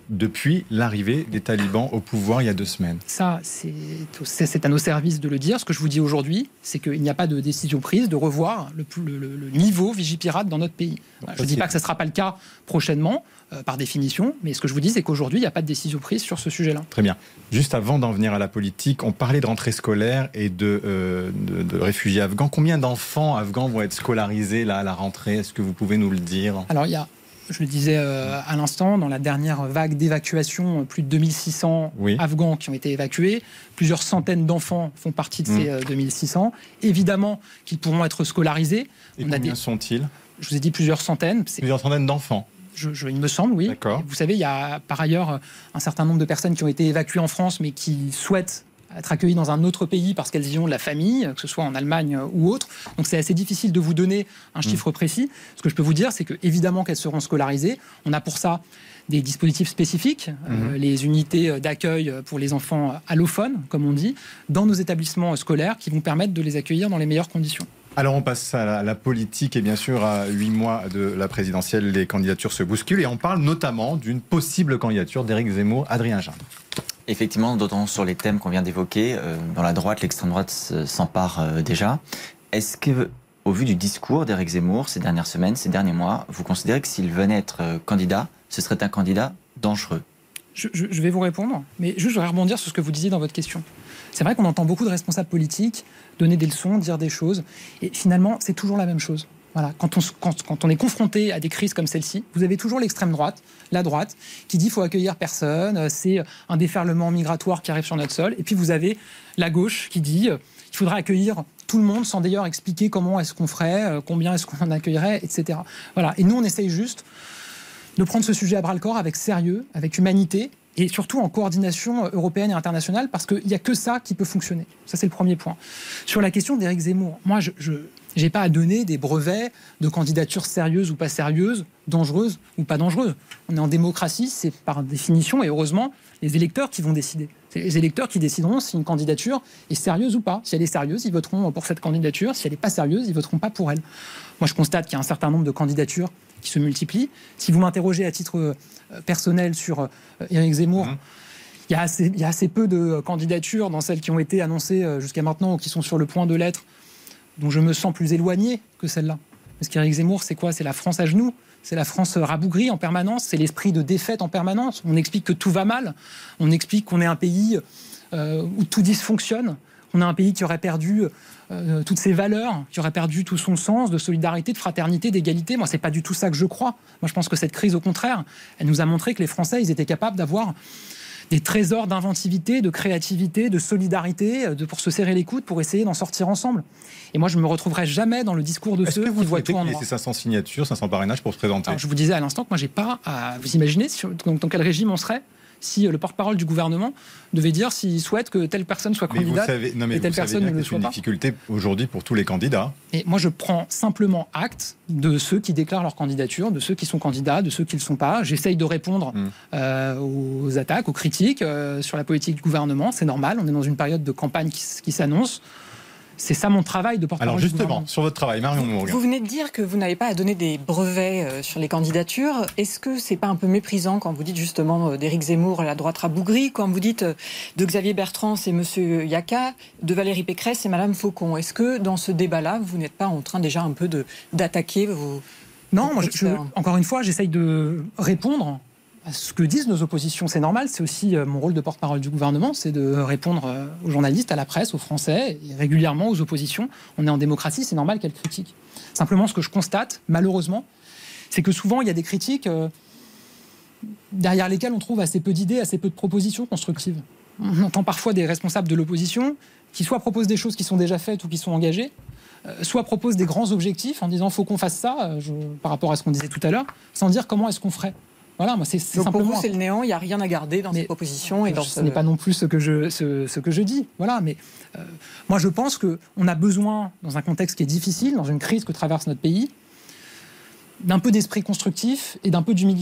depuis l'arrivée des talibans au pouvoir il y a deux semaines. Ça, c'est, c'est à nos services de le dire. Ce que je vous dis aujourd'hui, c'est qu'il n'y a pas de décision prise de revoir le, le, le, le niveau Vigipirate dans notre pays. Voilà, je ne dis pas que ce ne sera pas le cas prochainement, euh, par définition, mais ce que je vous dis, c'est qu'aujourd'hui, il n'y a pas de décision prise sur ce sujet-là. Très bien. Juste avant d'en venir à la politique, on parlait de rentrée scolaire et de, euh, de, de réfugiés afghans. Combien d'enfants afghans vont être scolarisés là, à la rentrée ? Est-ce que vous pouvez nous le dire ? Alors, il y a... Je le disais euh, à l'instant, dans la dernière vague d'évacuation, plus de deux mille six cents oui. Afghans qui ont été évacués. Plusieurs centaines d'enfants font partie de ces mmh. euh, deux mille six cents. Évidemment qu'ils pourront être scolarisés. Et On combien a des... sont-ils ? Je vous ai dit plusieurs centaines. C'est... Plusieurs centaines d'enfants je, je, Il me semble, oui. D'accord. Vous savez, il y a par ailleurs un certain nombre de personnes qui ont été évacuées en France, mais qui souhaitent être accueillies dans un autre pays parce qu'elles y ont de la famille, que ce soit en Allemagne ou autre. Donc c'est assez difficile de vous donner un chiffre mmh. précis. Ce que je peux vous dire, c'est que évidemment qu'elles seront scolarisées. On a pour ça des dispositifs spécifiques, mmh. euh, les unités d'accueil pour les enfants allophones, comme on dit, dans nos établissements scolaires qui vont permettre de les accueillir dans les meilleures conditions. Alors on passe à la, la politique et bien sûr à huit mois de la présidentielle, les candidatures se bousculent et on parle notamment d'une possible candidature d'Éric Zemmour, Adrien Gindre. Effectivement, d'autant sur les thèmes qu'on vient d'évoquer, euh, dans la droite, l'extrême droite s'empare euh, déjà. Est-ce que, au vu du discours d'Éric Zemmour ces dernières semaines, ces derniers mois, vous considérez que s'il venait être euh, candidat, ce serait un candidat dangereux ? je, je, je vais vous répondre, mais juste je voudrais rebondir sur ce que vous disiez dans votre question. C'est vrai qu'on entend beaucoup de responsables politiques donner des leçons, dire des choses, et finalement, c'est toujours la même chose. Voilà. Quand, on, quand, quand on est confronté à des crises comme celle-ci, vous avez toujours l'extrême droite, la droite, qui dit qu'il faut accueillir personne, c'est un déferlement migratoire qui arrive sur notre sol. Et puis vous avez la gauche qui dit qu'il faudra accueillir tout le monde sans d'ailleurs expliquer comment est-ce qu'on ferait, combien est-ce qu'on en accueillerait, et cetera. Voilà. Et nous, on essaye juste de prendre ce sujet à bras-le-corps avec sérieux, avec humanité, et surtout en coordination européenne et internationale, parce qu'il n'y a que ça qui peut fonctionner. Ça, c'est le premier point. Sur la question d'Éric Zemmour, moi, je... je j'ai pas à donner des brevets de candidatures sérieuses ou pas sérieuses, dangereuses ou pas dangereuses. On est en démocratie, c'est par définition, et heureusement, les électeurs qui vont décider. C'est les électeurs qui décideront si une candidature est sérieuse ou pas. Si elle est sérieuse, ils voteront pour cette candidature. Si elle n'est pas sérieuse, ils voteront pas pour elle. Moi, je constate qu'il y a un certain nombre de candidatures qui se multiplient. Si vous m'interrogez à titre euh, personnel sur euh, Éric Zemmour, mmh. il y a assez, il y a assez peu de candidatures dans celles qui ont été annoncées euh, jusqu'à maintenant ou qui sont sur le point de l'être, dont je me sens plus éloigné que celle-là. Parce qu'Éric Zemmour, c'est quoi ? C'est la France à genoux, c'est la France rabougrie en permanence, c'est l'esprit de défaite en permanence. On explique que tout va mal, on explique qu'on est un pays euh, où tout dysfonctionne, on est un pays qui aurait perdu euh, toutes ses valeurs, qui aurait perdu tout son sens de solidarité, de fraternité, d'égalité. Moi, c'est pas du tout ça que je crois. Moi, je pense que cette crise, au contraire, elle nous a montré que les Français, ils étaient capables d'avoir des trésors d'inventivité, de créativité, de solidarité, de, pour se serrer les coudes, pour essayer d'en sortir ensemble. Et moi, je ne me retrouverai jamais dans le discours de Est-ce ceux que vous qui voient tout en souhaitez noir. qu'il y ait ces cinq cents signatures, cinq cents parrainages pour se présenter ? Alors, je vous disais à l'instant que moi, j'ai pas à vous imaginer sur, dans, dans quel régime on serait si le porte-parole du gouvernement devait dire s'il souhaite que telle personne soit candidate mais vous savez, non, mais et telle vous savez personne bien ne que le c'est soit une pas. difficulté aujourd'hui pour tous les candidats. Et moi, je prends simplement acte de ceux qui déclarent leur candidature, de ceux qui sont candidats, de ceux qui ne le sont pas. J'essaye de répondre mmh. euh, aux attaques, aux critiques euh, sur la politique du gouvernement. C'est normal, on est dans une période de campagne qui, qui s'annonce. C'est ça mon travail de porte-parole. Alors justement, sur votre travail, Marion Morgan. Vous venez de dire que vous n'avez pas à donner des brevets euh, sur les candidatures. Est-ce que c'est pas un peu méprisant quand vous dites justement euh, d'Éric Zemmour, la droite rabougrie, quand vous dites euh, de Xavier Bertrand, c'est Monsieur Yaka, de Valérie Pécresse, c'est Madame Faucon. Est-ce que dans ce débat-là, vous n'êtes pas en train déjà un peu de, d'attaquer vos... Non, vos moi, je, je, encore une fois, j'essaye de répondre à ce que disent nos oppositions. C'est normal, c'est aussi mon rôle de porte-parole du gouvernement, c'est de répondre aux journalistes, à la presse, aux Français, et régulièrement aux oppositions. On est en démocratie, c'est normal qu'elles critiquent. Simplement, ce que je constate, malheureusement, c'est que souvent, il y a des critiques euh, derrière lesquelles on trouve assez peu d'idées, assez peu de propositions constructives. On entend parfois des responsables de l'opposition qui soit proposent des choses qui sont déjà faites ou qui sont engagées, euh, soit proposent des grands objectifs en disant « faut qu'on fasse ça euh, je, », par rapport à ce qu'on disait tout à l'heure, sans dire comment est-ce qu'on ferait. Voilà, moi, c'est, c'est Donc simplement... pour vous, c'est le néant, il n'y a rien à garder dans mais ces propositions. Et dans ce ce n'est pas non plus ce que je, ce, ce que je dis. Voilà, mais euh, moi, je pense qu'on a besoin, dans un contexte qui est difficile, dans une crise que traverse notre pays, d'un peu d'esprit constructif et d'un peu d'humilité.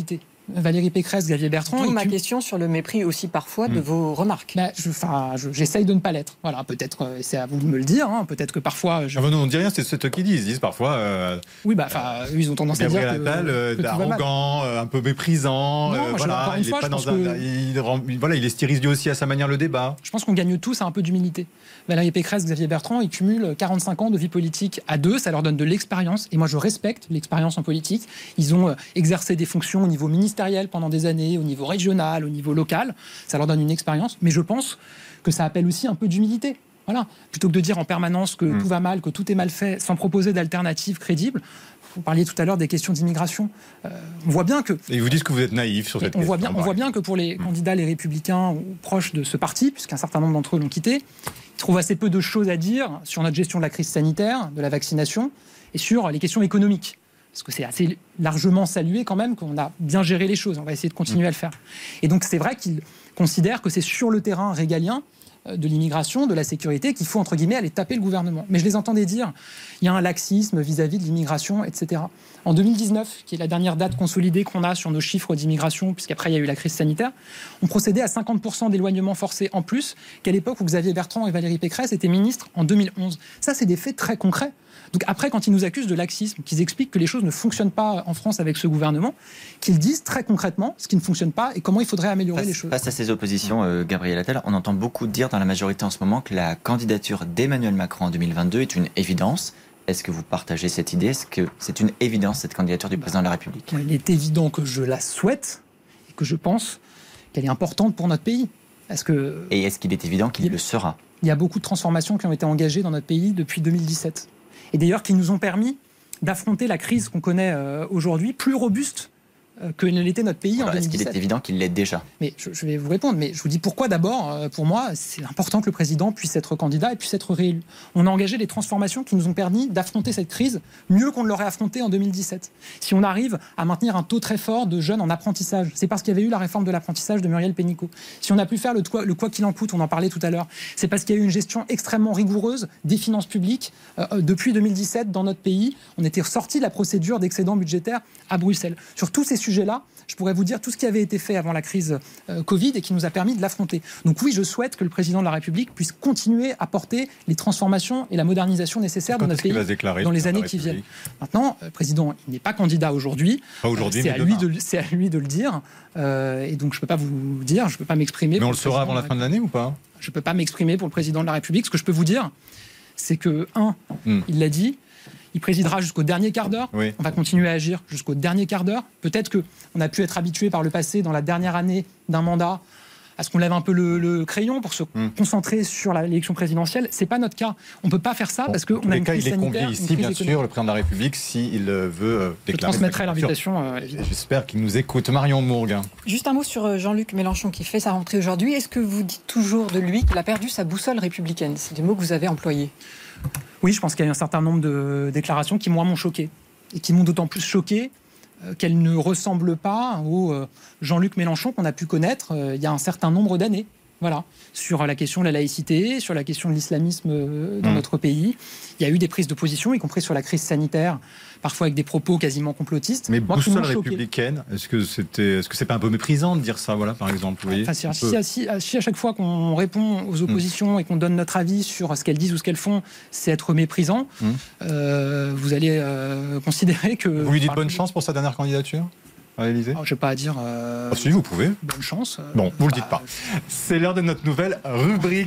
Valérie Pécresse, Xavier Bertrand. D'où ma tu... question sur le mépris aussi parfois mmh. de vos remarques. Bah, je, je, j'essaye de ne pas l'être. Voilà, peut-être, euh, c'est à vous de me le dire. Hein, peut-être que parfois. Je... Ah bah non, on ne dit rien, c'est ceux qui disent. Ils disent parfois. Euh, oui, bah, euh, ils ont tendance Gabriel à dire. Attal, que, euh, que arrogant, euh, un peu méprisant. Non, euh, voilà, il fois, est pas dans un. Que... Il, il, voilà, il estérise lui aussi à sa manière le débat. Je pense qu'on gagne tous à un peu d'humilité. Valérie Pécresse, Xavier Bertrand, ils cumulent quarante-cinq ans de vie politique à deux. Ça leur donne de l'expérience. Et moi, je respecte l'expérience en politique. Ils ont exercé des fonctions au niveau ministériel pendant des années, au niveau régional, au niveau local. Ça leur donne une expérience. Mais je pense que ça appelle aussi un peu d'humilité. Voilà. Plutôt que de dire en permanence que mmh. tout va mal, que tout est mal fait, sans proposer d'alternatives crédibles. Vous parliez tout à l'heure des questions d'immigration. Euh, on voit bien que... Et ils vous disent que vous êtes naïf sur cette on question. Voit bien, on voit bien que pour les mmh. candidats, les républicains ou proches de ce parti, puisqu'un certain nombre d'entre eux l'ont quitté, ils trouvent assez peu de choses à dire sur notre gestion de la crise sanitaire, de la vaccination et sur les questions économiques. Parce que c'est assez largement salué quand même qu'on a bien géré les choses. On va essayer de continuer mmh. à le faire. Et donc c'est vrai qu'ils considèrent que c'est sur le terrain régalien de l'immigration, de la sécurité, qu'il faut, entre guillemets, aller taper le gouvernement. Mais je les entendais dire, il y a un laxisme vis-à-vis de l'immigration, et cetera. En deux mille dix-neuf, qui est la dernière date consolidée qu'on a sur nos chiffres d'immigration, puisqu'après il y a eu la crise sanitaire, on procédait à cinquante pour cent d'éloignement forcé en plus qu'à l'époque où Xavier Bertrand et Valérie Pécresse étaient ministres en deux mille onze. Ça, c'est des faits très concrets. Donc après, quand ils nous accusent de laxisme, qu'ils expliquent que les choses ne fonctionnent pas en France avec ce gouvernement, qu'ils disent très concrètement ce qui ne fonctionne pas et comment il faudrait améliorer face, les choses. Face à ces oppositions, euh, Gabriel Attal, on entend beaucoup dire dans la majorité en ce moment que la candidature d'Emmanuel Macron en deux mille vingt-deux est une évidence. Est-ce que vous partagez cette idée ? Est-ce que c'est une évidence, cette candidature du président de la République ? Il est évident que je la souhaite et que je pense qu'elle est importante pour notre pays. Est-ce que... Et est-ce qu'il est évident qu'il il... le sera ? Il y a beaucoup de transformations qui ont été engagées dans notre pays depuis deux mille dix-sept. Et d'ailleurs qui nous ont permis d'affronter la crise qu'on connaît euh, aujourd'hui, plus robuste euh, que ne l'était notre pays. Alors, en deux mille dix-sept. Est-ce qu'il est évident qu'il l'est déjà ? Mais je, je vais vous répondre, mais je vous dis pourquoi d'abord, euh, pour moi, c'est important que le président puisse être candidat et puisse être réélu. On a engagé des transformations qui nous ont permis d'affronter cette crise mieux qu'on ne l'aurait affrontée en deux mille dix-sept. Si on arrive à maintenir un taux très fort de jeunes en apprentissage, c'est parce qu'il y avait eu la réforme de l'apprentissage de Muriel Pénicaud. Si on a pu faire le, le quoi qu'il en coûte, on en parlait tout à l'heure, c'est parce qu'il y a eu une gestion extrêmement rigoureuse des finances publiques euh, depuis deux mille dix-sept dans notre pays. On était sorti de la procédure d'excédent budgétaire à Bruxelles. Sur tous ces sujets-là, je pourrais vous dire tout ce qui avait été fait avant la crise euh, Covid et qui nous a permis de l'affronter. Donc oui, je souhaite que le président de la République puisse continuer à porter les transformations et la modernisation nécessaires dans notre pays dans les années qui viennent. Maintenant, le président, il n'est pas candidat aujourd'hui. Pas aujourd'hui, euh, c'est, à lui de, c'est à lui de le dire. Euh, et donc je ne peux pas vous dire, je ne peux pas m'exprimer. Mais on le saura avant la fin de l'année ou pas ? Je ne peux pas m'exprimer pour le président de la République. Ce que je peux vous dire, c'est que, un, hmm. il l'a dit, il présidera jusqu'au dernier quart d'heure. Oui. On va continuer à agir jusqu'au dernier quart d'heure. Peut-être qu'on a pu être habitué par le passé, dans la dernière année d'un mandat, à ce qu'on lève un peu le, le crayon pour se mmh. concentrer sur la, l'élection présidentielle. C'est pas notre cas. On peut pas faire ça bon, parce qu'on a une crise sanitaire. Il est convié ici, bien économique. Sûr, le président de la République, s'il veut euh, déclarer. Je transmettrai l'invitation. Euh, J'espère qu'il nous écoute. Marion Mourgue. Juste un mot sur Jean-Luc Mélenchon qui fait sa rentrée aujourd'hui. Est-ce que vous dites toujours de lui qu'il a perdu sa boussole républicaine ? C'est des mots que vous avez employés. Oui, je pense qu'il y a eu un certain nombre de déclarations qui, moi, m'ont choqué. Et qui m'ont d'autant plus choqué euh, qu'elles ne ressemblent pas au euh, Jean-Luc Mélenchon qu'on a pu connaître euh, il y a un certain nombre d'années. Voilà. Sur la question de la laïcité, sur la question de l'islamisme euh, dans mmh. notre pays. Il y a eu des prises de position, y compris sur la crise sanitaire, parfois avec des propos quasiment complotistes. Mais moi, boussole républicaine, est-ce que c'était, est-ce que c'est pas un peu méprisant de dire ça, voilà, par exemple, vous voyez, enfin, si, si, si, si à chaque fois qu'on répond aux oppositions mmh. et qu'on donne notre avis sur ce qu'elles disent ou ce qu'elles font, c'est être méprisant, mmh. euh, vous allez euh, considérer que... Vous lui dites bonne chance pour sa dernière candidature à l'Élysée ? Je ne vais pas dire... Euh, oh, si, vous pouvez. Bonne chance. Euh, bon, vous ne bah, le dites pas. C'est l'heure de notre nouvelle rubrique.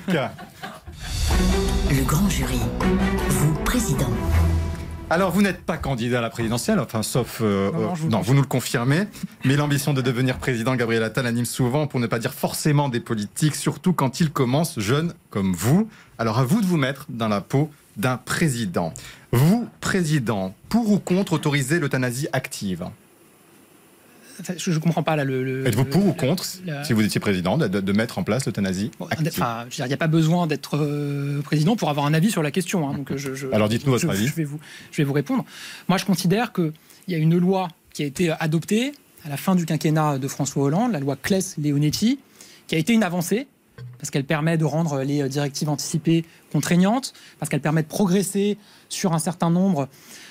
Le grand jury, vous, président. Alors, vous n'êtes pas candidat à la présidentielle, enfin, sauf... Euh, non, non, euh, non vous nous le confirmez. Mais l'ambition de devenir président, Gabriel Attal anime souvent, pour ne pas dire forcément, des politiques, surtout quand ils commencent jeunes comme vous. Alors, à vous de vous mettre dans la peau d'un président. Vous, président, pour ou contre autoriser l'euthanasie active ? Enfin, je ne comprends pas là le. le Êtes-vous pour le, ou contre, la... si vous étiez président, de, de mettre en place l'euthanasie bon, active ? Enfin, il n'y a pas besoin d'être euh, président pour avoir un avis sur la question. Hein, donc je, je, Alors dites-nous votre je, avis. Je vais, vous, je vais vous répondre. Moi, je considère qu'il y a une loi qui a été adoptée à la fin du quinquennat de François Hollande, la loi Claes-Leonetti, qui a été une avancée, parce qu'elle permet de rendre les directives anticipées contraignantes, parce qu'elle permet de progresser sur un certain nombre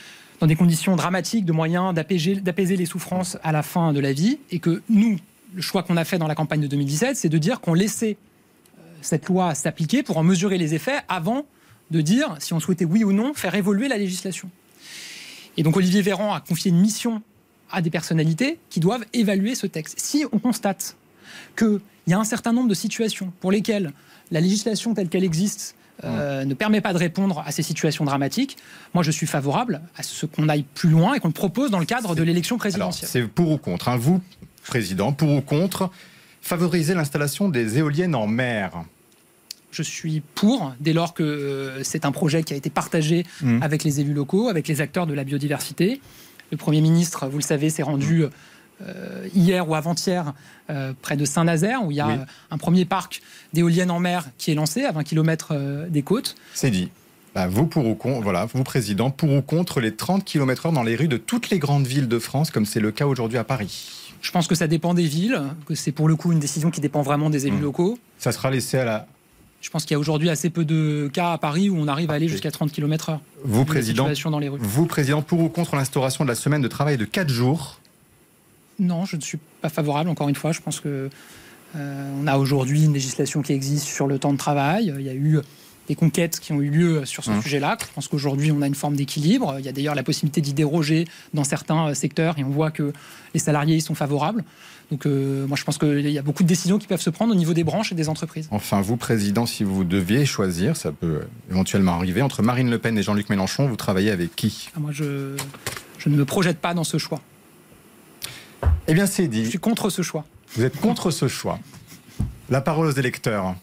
dans des conditions dramatiques, de moyens d'apaiser, d'apaiser les souffrances à la fin de la vie, et que nous, le choix qu'on a fait dans la campagne de deux mille dix-sept, c'est de dire qu'on laissait cette loi s'appliquer pour en mesurer les effets avant de dire si on souhaitait oui ou non faire évoluer la législation. Et donc Olivier Véran a confié une mission à des personnalités qui doivent évaluer ce texte. Si on constate qu'il y a un certain nombre de situations pour lesquelles la législation telle qu'elle existe euh, ne permet pas de répondre à ces situations dramatiques, moi je suis favorable à ce qu'on aille plus loin et qu'on le propose dans le cadre c'est... de l'élection présidentielle. Alors, c'est pour ou contre, hein. Vous, président, pour ou contre favoriser l'installation des éoliennes en mer? Je suis pour, dès lors que euh, c'est un projet qui a été partagé mmh. avec les élus locaux, avec les acteurs de la biodiversité. Le Premier ministre, vous le savez, s'est rendu euh, hier ou avant-hier euh, près de Saint-Nazaire, où il y a oui. euh, un premier parc d'éoliennes en mer qui est lancé à vingt kilomètres euh, des côtes. C'est dit. Bah, vous, pour ou contre, voilà, vous, président, pour ou contre les trente kilomètres heure dans les rues de toutes les grandes villes de France, comme c'est le cas aujourd'hui à Paris? Je pense que ça dépend des villes, que c'est pour le coup une décision qui dépend vraiment des élus mmh. locaux. Ça sera laissé à la... Je pense qu'il y a aujourd'hui assez peu de cas à Paris où on arrive à aller jusqu'à trente kilomètres heure. Vous, président, dans les rues. Vous, président, pour ou contre l'instauration de la semaine de travail de quatre jours? Non, je ne suis pas favorable, encore une fois. Je pense qu'on euh, a aujourd'hui une législation qui existe sur le temps de travail. Il y a eu des conquêtes qui ont eu lieu sur ce mmh. sujet-là. Je pense qu'aujourd'hui, on a une forme d'équilibre. Il y a d'ailleurs la possibilité d'y déroger dans certains secteurs et on voit que les salariés y sont favorables. Donc euh, moi je pense qu'il y a beaucoup de décisions qui peuvent se prendre au niveau des branches et des entreprises. Enfin vous, président, si vous deviez choisir, ça peut éventuellement arriver, entre Marine Le Pen et Jean-Luc Mélenchon, vous travaillez avec qui? ah, Moi je, je ne me projette pas dans ce choix. Eh bien c'est dit. Je suis contre ce choix. Vous êtes contre ce choix. La parole aux électeurs.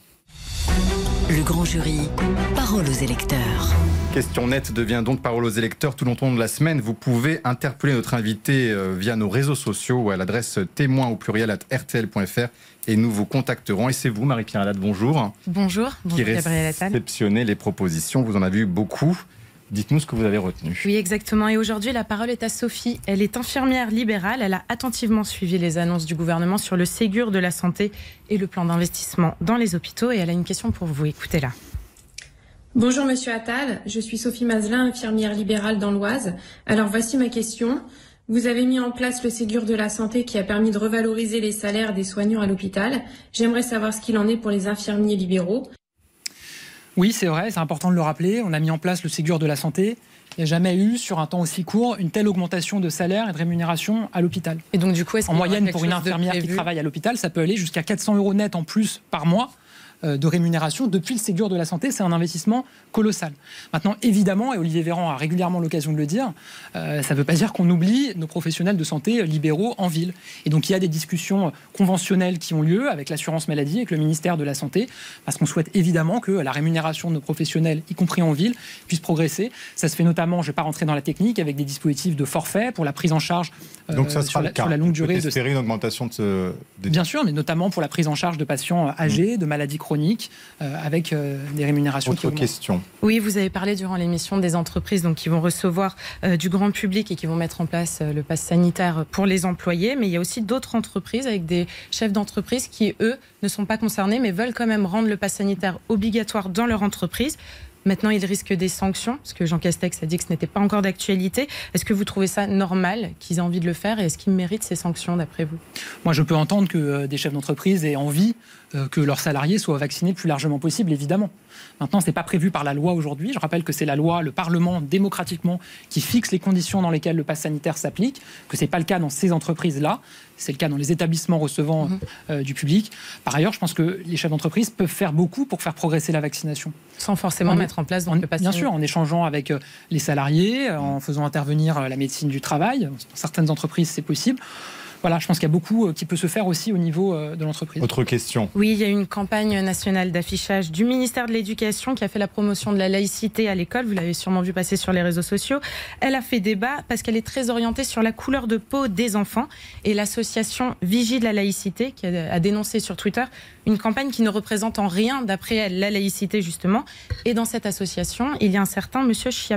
Le grand jury, parole aux électeurs. Question nette devient donc parole aux électeurs tout au long de la semaine. Vous pouvez interpeller notre invité via nos réseaux sociaux ou à l'adresse témoin au pluriel arobase r t l point f r et nous vous contacterons. Et c'est vous, Marie-Pierre Haddad, bonjour. Bonjour, bonjour Gabriel Attal. Qui réceptionnez les propositions, vous en avez eu beaucoup. Dites-nous ce que vous avez retenu. Oui, exactement. Et aujourd'hui, la parole est à Sophie. Elle est infirmière libérale. Elle a attentivement suivi les annonces du gouvernement sur le Ségur de la santé et le plan d'investissement dans les hôpitaux. Et elle a une question pour vous. Écoutez-la. Bonjour Monsieur Attal, je suis Sophie Mazelin, infirmière libérale dans l'Oise. Alors voici ma question. Vous avez mis en place le Ségur de la santé qui a permis de revaloriser les salaires des soignants à l'hôpital. J'aimerais savoir ce qu'il en est pour les infirmiers libéraux. Oui, c'est vrai, c'est important de le rappeler. On a mis en place le Ségur de la santé. Il n'y a jamais eu, sur un temps aussi court, une telle augmentation de salaire et de rémunération à l'hôpital. Et donc, du coup, est-ce en moyenne, pour une infirmière qui travaille à l'hôpital, ça peut aller jusqu'à quatre cents euros net en plus par mois de rémunération depuis le Ségur de la santé. C'est un investissement colossal. Maintenant, évidemment, et Olivier Véran a régulièrement l'occasion de le dire, euh, ça ne veut pas dire qu'on oublie nos professionnels de santé libéraux en ville. Et donc, il y a des discussions conventionnelles qui ont lieu avec l'assurance maladie, avec le ministère de la Santé, parce qu'on souhaite évidemment que la rémunération de nos professionnels, y compris en ville, puisse progresser. Ça se fait notamment, je ne vais pas rentrer dans la technique, avec des dispositifs de forfait pour la prise en charge euh, donc ça sera sur, la, le cas. sur la longue durée. Vous espérez de... une augmentation de ce... Des... Bien sûr, mais notamment pour la prise en charge de patients âgés, mmh. de maladies chroniques, euh, avec euh, des rémunérations Autre qui question. Oui, vous avez parlé durant l'émission des entreprises donc, qui vont recevoir euh, du grand public et qui vont mettre en place euh, le pass sanitaire pour les employés. Mais il y a aussi d'autres entreprises avec des chefs d'entreprise qui, eux, ne sont pas concernés mais veulent quand même rendre le pass sanitaire obligatoire dans leur entreprise. Maintenant, ils risquent des sanctions, parce que Jean Castex a dit que ce n'était pas encore d'actualité. Est-ce que vous trouvez ça normal qu'ils aient envie de le faire et est-ce qu'ils méritent ces sanctions, d'après vous? Moi, je peux entendre que euh, des chefs d'entreprise aient envie euh, que leurs salariés soient vaccinés le plus largement possible, évidemment. Maintenant, ce n'est pas prévu par la loi aujourd'hui. Je rappelle que c'est la loi, le Parlement, démocratiquement, qui fixe les conditions dans lesquelles le pass sanitaire s'applique, que ce n'est pas le cas dans ces entreprises-là. C'est le cas dans les établissements recevant mmh. euh, du public. Par ailleurs, je pense que les chefs d'entreprise peuvent faire beaucoup pour faire progresser la vaccination. Sans forcément en mettre en place donc, en, le pass Bien sanitaire. sûr, en échangeant avec euh, les salariés, euh, en faisant intervenir euh, la médecine du travail. Dans certaines entreprises, c'est possible. Voilà, je pense qu'il y a beaucoup qui peut se faire aussi au niveau de l'entreprise. Autre question. Oui, il y a une campagne nationale d'affichage du ministère de l'Éducation qui a fait la promotion de la laïcité à l'école. Vous l'avez sûrement vu passer sur les réseaux sociaux. Elle a fait débat parce qu'elle est très orientée sur la couleur de peau des enfants. Et l'association Vigie de la laïcité, qui a dénoncé sur Twitter une campagne qui ne représente en rien, d'après elle, la laïcité justement. Et dans cette association, il y a un certain monsieur Schiappa,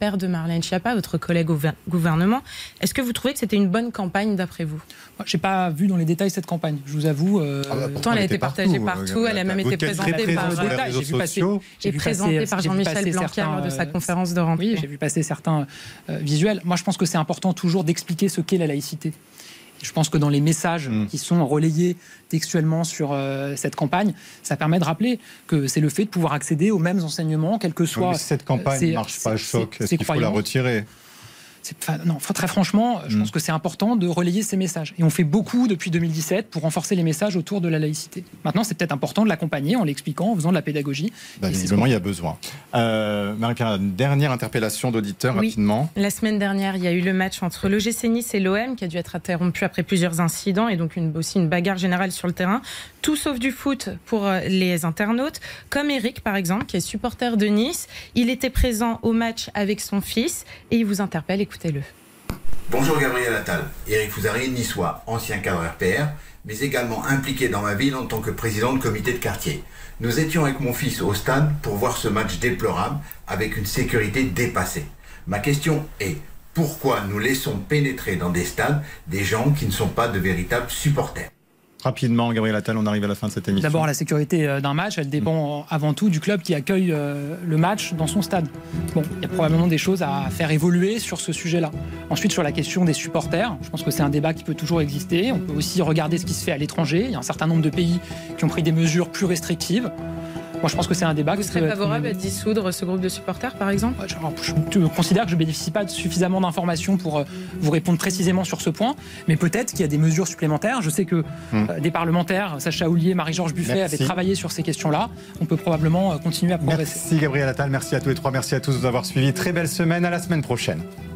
père de Marlène Schiappa, votre collègue au gouvernement. Est-ce que vous trouvez que c'était une bonne campagne d'après vous? Moi, je n'ai pas vu dans les détails cette campagne, je vous avoue. Euh... Ah bah, pourtant, elle a été partagée partout, elle a même été présentée par, j'ai vu passer, j'ai vu présentée passer, par Jean-Michel Blanquer lors de sa conférence de rentrée. Oui, j'ai vu passer certains euh, visuels. Moi, je pense que c'est important toujours d'expliquer ce qu'est la laïcité. Je pense que dans les messages mmh. qui sont relayés textuellement sur euh, cette campagne, ça permet de rappeler que c'est le fait de pouvoir accéder aux mêmes enseignements, quel que soit... Mais cette campagne ne marche pas à choc, est-ce qu'il faut la retirer ? Enfin, non, très franchement, je mmh. pense que c'est important de relayer ces messages. Et on fait beaucoup depuis deux mille dix-sept pour renforcer les messages autour de la laïcité. Maintenant, c'est peut-être important de l'accompagner en l'expliquant, en faisant de la pédagogie. Bah, visiblement, il y a besoin. Euh, Marie-Pierre, une dernière interpellation d'auditeur, oui. rapidement. La semaine dernière, il y a eu le match entre l'O G C Nice et l'O M qui a dû être interrompu après plusieurs incidents et donc une, aussi une bagarre générale sur le terrain. Tout sauf du foot pour les internautes, comme Eric, par exemple, qui est supporter de Nice. Il était présent au match avec son fils et il vous interpelle. Écoutez-le. Bonjour Gabriel Attal, Eric Fouzari, niçois, ancien cadre R P R, mais également impliqué dans ma ville en tant que président de comité de quartier. Nous étions avec mon fils au stade pour voir ce match déplorable avec une sécurité dépassée. Ma question est, pourquoi nous laissons pénétrer dans des stades des gens qui ne sont pas de véritables supporters ? Rapidement, Gabriel Attal, on arrive à la fin de cette émission. D'abord, la sécurité d'un match, elle dépend avant tout du club qui accueille le match dans son stade. Bon, il y a probablement des choses à faire évoluer sur ce sujet-là. Ensuite, sur la question des supporters, je pense que c'est un débat qui peut toujours exister. On peut aussi regarder ce qui se fait à l'étranger. Il y a un certain nombre de pays qui ont pris des mesures plus restrictives. Moi, je pense que c'est un débat. Vous serez favorable à dissoudre ce groupe de supporters, par exemple ? Je, je considère que je ne bénéficie pas de suffisamment d'informations pour vous répondre précisément sur ce point. Mais peut-être qu'il y a des mesures supplémentaires. Je sais que hum. euh, des parlementaires, Sacha Houlier, Marie-Georges Buffet, merci. avaient travaillé sur ces questions-là. On peut probablement continuer à progresser. Merci Gabriel Attal, merci à tous les trois, merci à tous de nous avoir suivis. Très belle semaine, à la semaine prochaine.